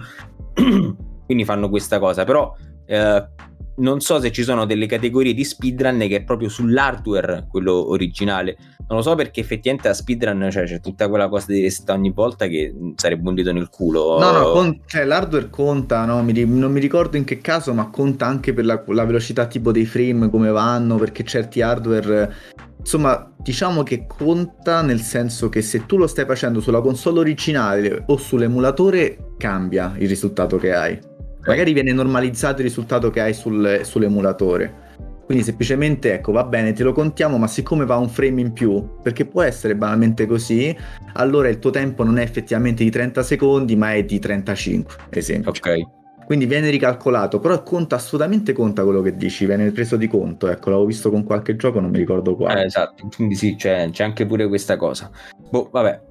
Quindi fanno questa cosa, però eh, non so se ci sono delle categorie di speedrun che è proprio sull'hardware quello originale. Non lo so, perché effettivamente la speedrun, cioè c'è tutta quella cosa di restare ogni volta che sarebbe un dito nel culo. No, no, con, cioè l'hardware conta, no? Mi, non mi ricordo in che caso, ma conta anche per la, la velocità tipo dei frame, come vanno, perché certi hardware... Insomma, diciamo che conta nel senso che se tu lo stai facendo sulla console originale o sull'emulatore, cambia il risultato che hai. Magari viene normalizzato il risultato che hai sul, sull'emulatore. Quindi semplicemente, ecco, va bene, te lo contiamo, ma siccome va un frame in più, perché può essere banalmente così, allora il tuo tempo non è effettivamente di trenta secondi, ma è di trentacinque, esempio. Ok. Quindi viene ricalcolato, però conta, assolutamente conta quello che dici, viene preso di conto, ecco, l'avevo visto con qualche gioco, non mi ricordo quale. Eh, esatto, quindi sì, c'è, c'è anche pure questa cosa. Boh, vabbè.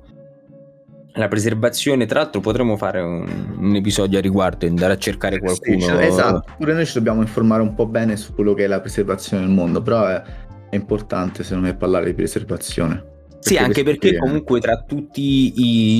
La preservazione, tra l'altro potremmo fare un, un episodio a riguardo e andare a cercare qualcuno. Sì, esatto, pure noi ci dobbiamo informare un po' bene su quello che è la preservazione nel mondo, però è, è importante secondo me parlare di preservazione. Sì, anche perché comunque tra tutti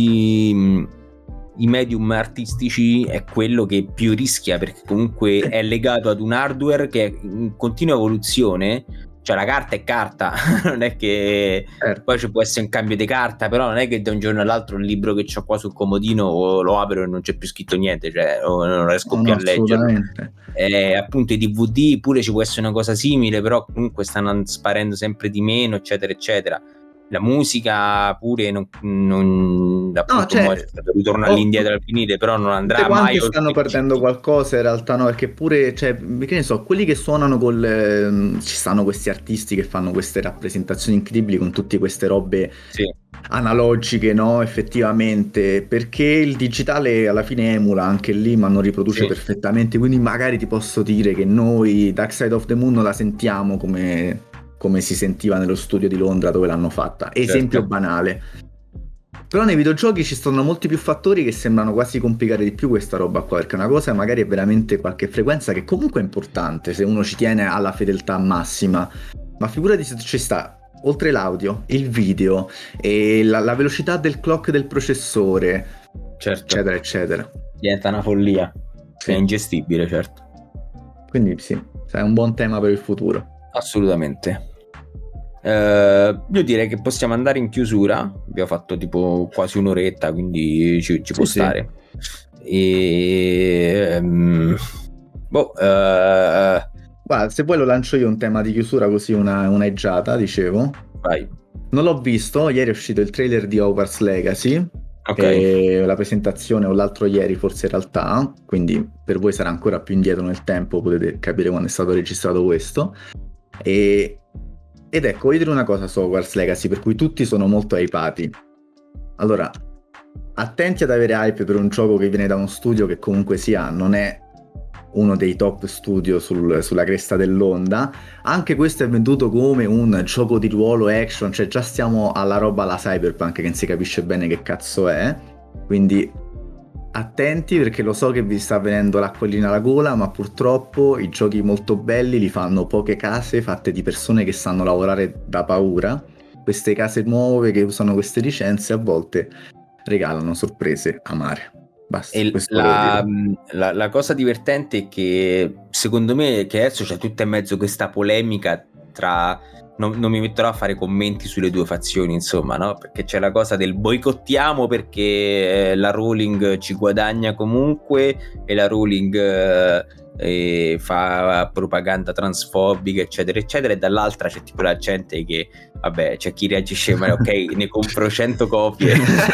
i, i medium artistici è quello che più rischia, perché comunque è legato ad un hardware che è in continua evoluzione. Cioè la carta è carta, non è che certo. Poi ci può essere un cambio di carta, però non è che da un giorno all'altro il libro che c'ho qua sul comodino o lo apro e non c'è più scritto niente, cioè o non riesco no, più no, a leggere. Eh, appunto i D V D pure ci può essere una cosa simile, però comunque stanno sparendo sempre di meno, eccetera eccetera. la musica pure non, non appunto, No, cioè, c'è stato ritorno oh, all'indietro al finire, però non andrà mai oltre. Stanno perdendo qualcosa in realtà, no, perché pure, cioè, che ne so, quelli che suonano col eh, ci stanno questi artisti che fanno queste rappresentazioni incredibili con tutte queste robe sì. analogiche, no, effettivamente, perché il digitale alla fine emula anche lì, ma non riproduce sì. perfettamente, quindi magari ti posso dire che noi Dark Side of the Moon la sentiamo come come si sentiva nello studio di Londra dove l'hanno fatta. Esempio certo. banale. Però nei videogiochi ci sono molti più fattori che sembrano quasi complicare di più questa roba qua, perché una cosa magari è veramente qualche frequenza che comunque è importante se uno ci tiene alla fedeltà massima, ma figurati se ci sta oltre l'audio, il video e la, la velocità del clock del processore, certo. eccetera eccetera. Diventa una follia, sì. È ingestibile, certo. Quindi sì, è un buon tema per il futuro. Assolutamente. Uh, io direi che possiamo andare in chiusura. Abbiamo fatto tipo quasi un'oretta, quindi ci, ci può sì, stare. Sì. E um, boh, uh, guarda, se vuoi lo lancio io un tema di chiusura, così una, una eggiata, dicevo. Vai. Non l'ho visto, ieri è uscito il trailer di Hogwarts Legacy. Okay. La presentazione o l'altro ieri forse in realtà, quindi per voi sarà ancora più indietro nel tempo, potete capire quando è stato registrato questo. E Ed ecco, voglio dire una cosa su Hogwarts Legacy, per cui tutti sono molto hypati. Allora, attenti ad avere hype per un gioco che viene da uno studio che comunque sia, non è uno dei top studio sul, sulla cresta dell'onda. Anche questo è venduto come un gioco di ruolo action, cioè già stiamo alla roba alla Cyberpunk che non si capisce bene che cazzo è. Quindi attenti, perché lo so che vi sta venendo l'acquolina alla gola, ma purtroppo i giochi molto belli li fanno poche case fatte di persone che sanno lavorare da paura. Queste case nuove che usano queste licenze a volte regalano sorprese amare. Basta, e la, la, la cosa divertente è che secondo me che adesso c'è tutta in mezzo questa polemica tra... Non, non mi metterò a fare commenti sulle due fazioni, insomma, no? Perché c'è la cosa del boicottiamo perché la Rowling ci guadagna comunque e la Rowling eh, eh, fa propaganda transfobica, eccetera, eccetera, e dall'altra c'è tipo la gente che, vabbè, c'è chi reagisce, ma ok, ne compro cento copie.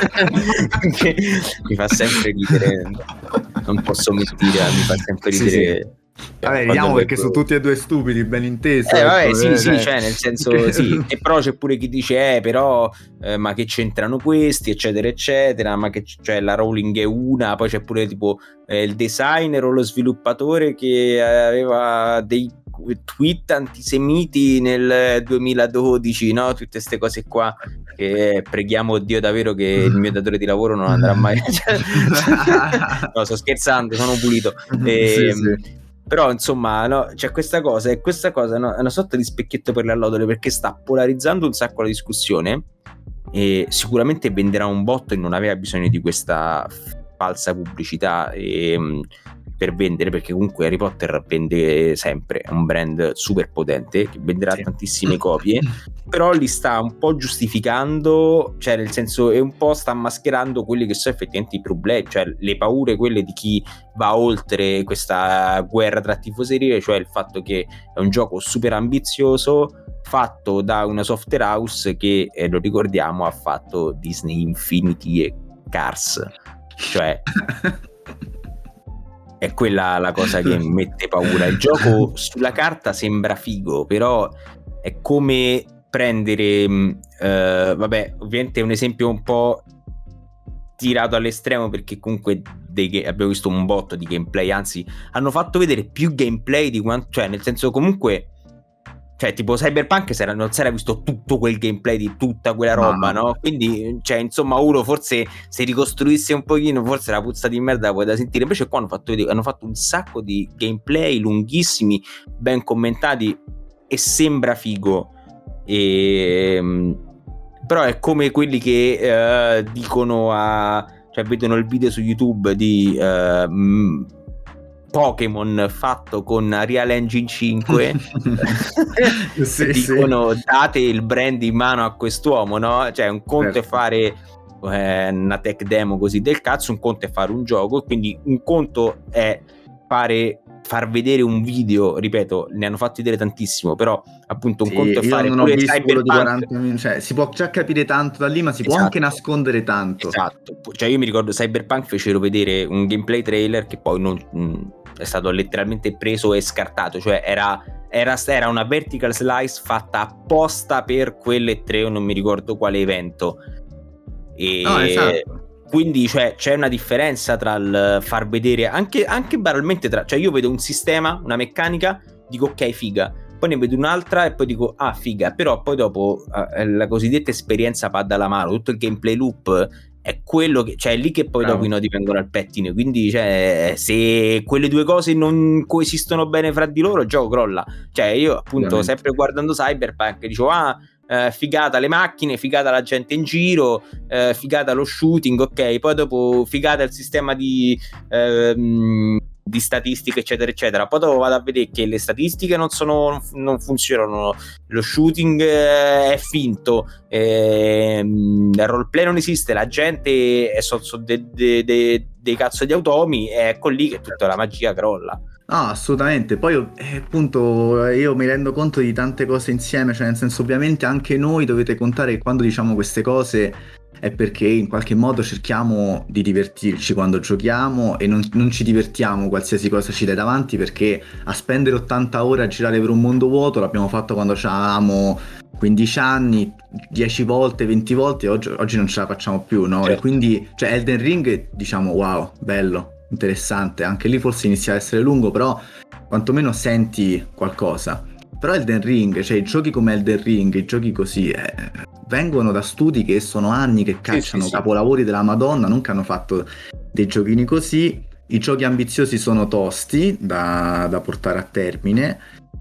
Mi fa sempre ridere, non posso mentire, mi fa sempre ridere. Sì, sì. Vabbè, vediamo perché sono tutti e due stupidi, ben inteso. Eh, vabbè, sì, eh, sì, eh. cioè, nel senso, sì. E però c'è pure chi dice, eh, però, eh, ma che c'entrano questi, eccetera, eccetera. Ma che cioè, la Rowling è una, poi c'è pure tipo eh, il designer o lo sviluppatore che aveva dei tweet antisemiti nel duemiladodici, no? Tutte queste cose qua. Che preghiamo Dio davvero che il mio datore di lavoro non andrà mai. No, sto scherzando, sono pulito. E, sì, sì. Però insomma no, c'è questa cosa e questa cosa no, è una sorta di specchietto per le allodole, perché sta polarizzando un sacco la discussione e sicuramente venderà un botto e non aveva bisogno di questa falsa pubblicità e, per vendere, perché comunque Harry Potter vende sempre, è un brand super potente che venderà sì. tantissime copie, però li sta un po' giustificando, cioè nel senso è un po' sta mascherando quelli che sono effettivamente i problemi, cioè le paure quelle di chi va oltre questa guerra tra tifoserie, cioè il fatto che è un gioco super ambizioso fatto da una software house che eh, lo ricordiamo ha fatto Disney Infinity e Cars, cioè è quella la cosa che mette paura. Il gioco sulla carta sembra figo, però è come prendere eh, vabbè, ovviamente è un esempio un po' tirato all'estremo, perché comunque dei, abbiamo visto un botto di gameplay, anzi hanno fatto vedere più gameplay di quanto, cioè nel senso comunque cioè tipo Cyberpunk si era, non si era visto tutto quel gameplay di tutta quella roba, no? no? Quindi cioè insomma uno forse se ricostruisse un pochino forse la puzza di merda la puoi da sentire, invece qua hanno fatto, vedere, hanno fatto un sacco di gameplay lunghissimi, ben commentati e sembra figo e, però è come quelli che uh, dicono a cioè vedono il video su YouTube di uh, m- Pokémon fatto con Unreal Engine cinque sì, dicono sì. Date il brand in mano a quest'uomo, no? Cioè un conto certo. è fare eh, una tech demo così del cazzo, un conto è fare un gioco, quindi un conto è fare far vedere un video, ripeto, ne hanno fatto vedere tantissimo, però appunto un Sì, conto è io fare non ho pure visto quello di Cyberpunk. quaranta minuti, cioè si può già capire tanto da lì, ma si può Esatto. anche nascondere tanto. Esatto, cioè io mi ricordo Cyberpunk fecero vedere un gameplay trailer che poi non, mh, è stato letteralmente preso e scartato, cioè era, era, era una vertical slice fatta apposta per quelle tre o non mi ricordo quale evento. E No, esatto. quindi cioè, c'è una differenza tra il far vedere anche, anche banalmente tra, cioè io vedo un sistema, una meccanica, dico ok figa, poi ne vedo un'altra e poi dico ah figa, però poi dopo eh, la cosiddetta esperienza padda alla mano, tutto il gameplay loop è quello che, cioè è lì che poi Bravo. dopo i nodi vengono al pettine, quindi cioè se quelle due cose non coesistono bene fra di loro il gioco crolla. Cioè io appunto Ovviamente. sempre guardando Cyberpunk dicevo ah eh, figata le macchine, figata la gente in giro, eh, figata lo shooting, ok, poi dopo figata il sistema di ehm, di statistiche eccetera eccetera, poi dopo vado a vedere che le statistiche non sono non funzionano, lo shooting eh, è finto, ehm, il roleplay non esiste, la gente è so, so de, de, de, dei cazzo di automi, e ecco lì che tutta la magia crolla. No, assolutamente. Poi eh, appunto io mi rendo conto di tante cose insieme, cioè nel senso ovviamente anche noi dovete contare che quando diciamo queste cose è perché in qualche modo cerchiamo di divertirci quando giochiamo e non, non ci divertiamo qualsiasi cosa ci dai davanti, perché a spendere ottanta ore a girare per un mondo vuoto l'abbiamo fatto quando avevamo quindici anni, dieci volte, venti volte, oggi, oggi non ce la facciamo più, no? Certo. E quindi, cioè Elden Ring diciamo wow, bello, interessante, anche lì forse inizia a essere lungo, però quantomeno senti qualcosa. Però Elden Ring, cioè i giochi come Elden Ring, i giochi così eh, vengono da studi che sono anni che cacciano sì, sì. capolavori della Madonna, non che hanno fatto dei giochini così. I giochi ambiziosi sono tosti da, da portare a termine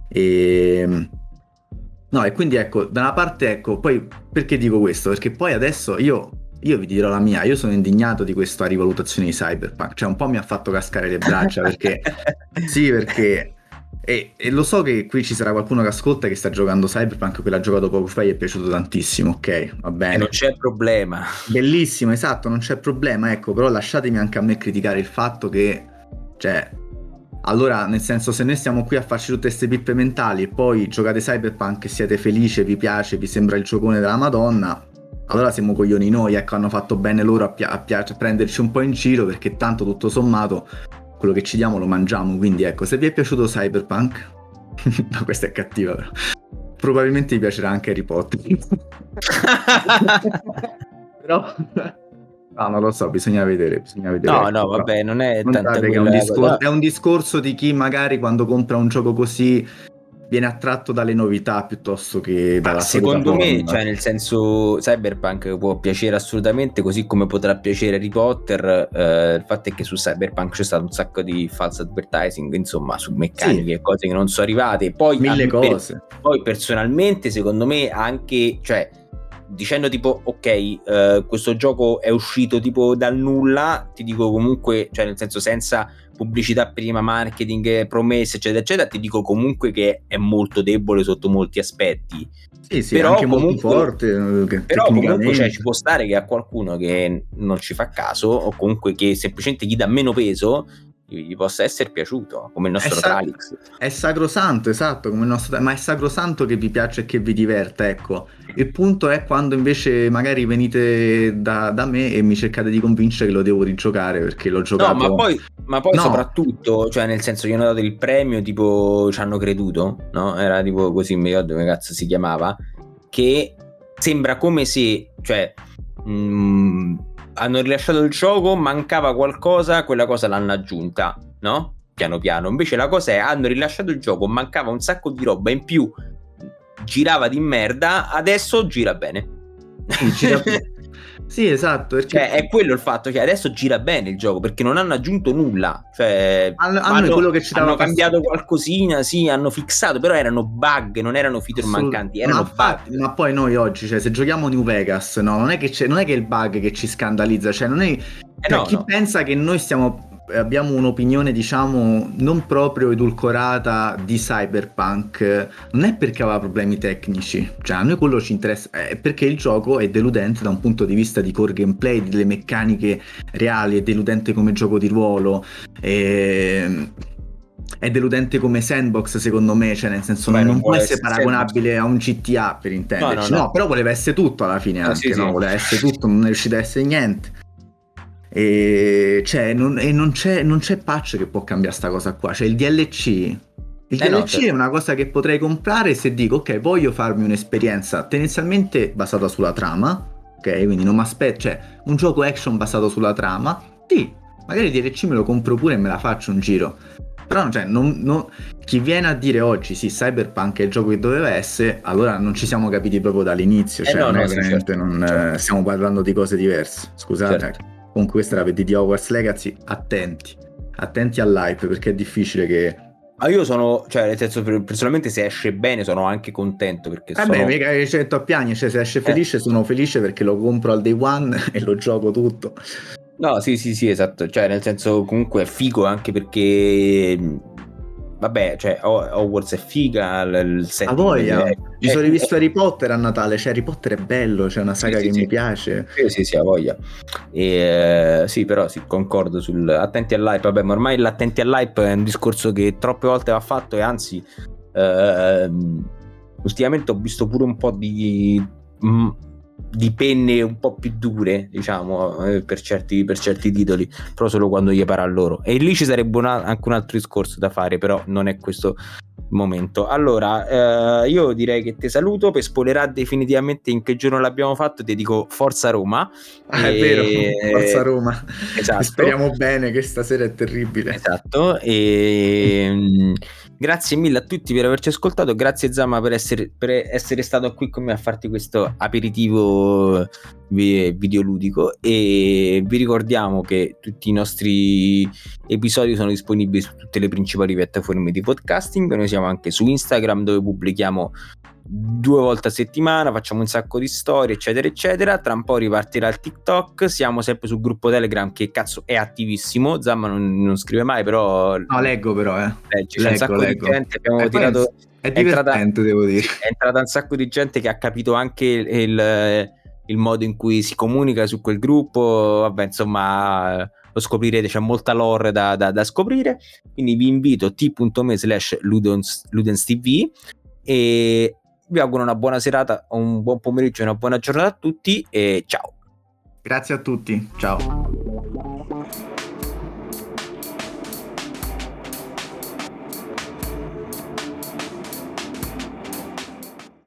e no, e quindi ecco, da una parte ecco, poi perché dico questo? Perché poi adesso io Io vi dirò la mia, io sono indignato di questa rivalutazione di Cyberpunk, cioè un po' mi ha fatto cascare le braccia perché sì, perché e, e lo so che qui ci sarà qualcuno che ascolta che sta giocando Cyberpunk, che l'ha giocato poco fa e gli è piaciuto tantissimo, ok, va bene. E non c'è problema. Bellissimo, esatto, non c'è problema, ecco, però lasciatemi anche a me criticare il fatto che, cioè, allora, nel senso, se noi stiamo qui a farci tutte queste pippe mentali e poi giocate Cyberpunk e siete felici, vi piace, vi sembra il giocone della Madonna, allora siamo coglioni noi, ecco, hanno fatto bene loro a, pia- a, pia- a prenderci un po' in giro, perché tanto tutto sommato quello che ci diamo lo mangiamo, quindi ecco, se vi è piaciuto Cyberpunk, no, questa è cattiva però, probabilmente vi piacerà anche Harry Potter. Però no, non lo so, bisogna vedere, bisogna vedere. No, ecco, no, però. vabbè, non è Contate tanta che è un, quella discor- cosa. è un discorso di chi magari quando compra un gioco così viene attratto dalle novità piuttosto che dalla Ma secondo solita me, formula. cioè nel senso, Cyberpunk può piacere assolutamente, così come potrà piacere Harry Potter. Eh, il fatto è che su Cyberpunk c'è stato un sacco di false advertising, insomma, su meccaniche e cose che non sono arrivate. Poi Mille a- cose. per- poi personalmente, secondo me, anche, cioè, dicendo tipo, ok, eh, questo gioco è uscito tipo dal nulla, ti dico comunque, cioè nel senso senza pubblicità prima, marketing, promesse, eccetera, eccetera, ti dico comunque che è molto debole sotto molti aspetti. Sì, sì, però anche comunque, molto forte. eh, Però comunque cioè, ci tecnicamente. può stare che a qualcuno che non ci fa caso, o comunque che semplicemente gli dà meno peso, gli gli possa essere piaciuto, come il È, nostro sa- Tralix. è sacrosanto, esatto, come il nostro, ma è sacrosanto che vi piaccia e che vi diverta, ecco. Il punto è quando invece magari venite da, da me e mi cercate di convincere che lo devo rigiocare perché l'ho giocato. No, ma poi, ma poi No. soprattutto, cioè nel senso, gli hanno dato il premio, tipo ci hanno creduto, no? Era tipo così, mi ricordo come cazzo si chiamava, che sembra come se, cioè, mh, hanno rilasciato il gioco, mancava qualcosa, quella cosa l'hanno aggiunta, no? Piano piano. Invece la cosa è, hanno rilasciato il gioco, mancava un sacco di roba in più, girava di merda, adesso gira bene. Sì, gira- sì, esatto, perché Cioè, è quello il fatto che adesso gira bene il gioco, perché non hanno aggiunto nulla. Cioè, Hanno- hanno quello che ci dava hanno cambiato fastidio. qualcosina, sì, hanno fissato, però erano bug, non erano feature Assolut- mancanti, ma, erano infatti- bug. ma poi noi oggi, cioè, se giochiamo New Vegas, no, non è che c'è, non è che è il bug che ci scandalizza, cioè, non è, Eh cioè, no, chi no. pensa che noi stiamo abbiamo un'opinione, diciamo, non proprio edulcorata di Cyberpunk, non è perché aveva problemi tecnici, cioè a noi quello ci interessa, è perché il gioco è deludente da un punto di vista di core gameplay, delle meccaniche reali, è deludente come gioco di ruolo, e... è deludente come sandbox, secondo me, cioè nel senso Beh, non, non non può vuole essere essere paragonabile sandbox. a un G T A, per intenderci. No, no, No, no. però voleva essere tutto alla fine, Eh, anche, sì, no? sì. Voleva essere tutto, non è riuscito a essere niente. E, cioè, non, e non, c'è, non c'è patch che può cambiare sta cosa qua. Cioè il D L C il Eh, D L C no, certo. è una cosa che potrei comprare se dico ok, voglio farmi un'esperienza tendenzialmente basata sulla trama, ok? Quindi non mi aspetto, cioè un gioco action basato sulla trama, sì, magari il D L C me lo compro pure e me la faccio un giro. Però cioè, non, non, chi viene a dire oggi sì, Cyberpunk è il gioco che doveva essere, allora non ci siamo capiti proprio dall'inizio, Eh, cioè no, non no, è sì, veramente, certo, non, certo. eh, stiamo parlando di cose diverse, scusate. Certo. Comunque questa era per di Hogwarts Legacy, attenti, attenti all'hype perché è difficile che... Ma io sono, cioè nel senso, personalmente se esce bene sono anche contento perché Vabbè, sono... mica che c'è a piagne, cioè se esce felice Eh. sono felice perché lo compro al day one e lo gioco tutto. No, sì, sì, sì, esatto, cioè nel senso comunque è figo anche perché vabbè, cioè Hogwarts è figa, il A setting voglia, è, mi è, sono è, rivisto Harry Potter a Natale, cioè Harry Potter è bello, c'è una sì, saga sì, che sì. mi piace. Sì, sì, sì, a voglia. E, eh, sì, però sì, concordo sul attenti all'hype, vabbè, ma ormai l'attenti all'hype è un discorso che troppe volte va fatto e anzi ehm, ultimamente ho visto pure un po' di mh, di penne un po' più dure, diciamo, eh, per certi per certi titoli, però solo quando gli pare a loro. E lì ci sarebbe una, anche un altro discorso da fare, però non è questo momento. Allora eh, io direi che ti saluto per spoilerare definitivamente in che giorno l'abbiamo fatto, ti dico Forza Roma. Ah, E... è vero, Forza Roma. Esatto. Speriamo bene che stasera è terribile. Esatto. E mh, grazie mille a tutti per averci ascoltato, grazie Zama per essere, per essere stato qui con me a farti questo aperitivo videoludico, e vi ricordiamo che tutti i nostri episodi sono disponibili su tutte le principali piattaforme di podcasting. Noi siamo anche su Instagram, dove pubblichiamo due volte a settimana, facciamo un sacco di storie eccetera eccetera. Tra un po' ripartirà il TikTok, siamo sempre sul gruppo Telegram che cazzo è attivissimo. Zamma non, non scrive mai, però no, leggo però eh. legge, leggo, c'è un sacco leggo. di gente, abbiamo eh, tirato è divertente, è entrata, devo dire è entrata un sacco di gente che ha capito anche il, il modo in cui si comunica su quel gruppo. Vabbè, insomma, lo scoprirete, c'è molta lore da, da, da scoprire, quindi vi invito t.me slash ludenstv e vi auguro una buona serata, un buon pomeriggio e una buona giornata a tutti, e ciao. Grazie a tutti, ciao.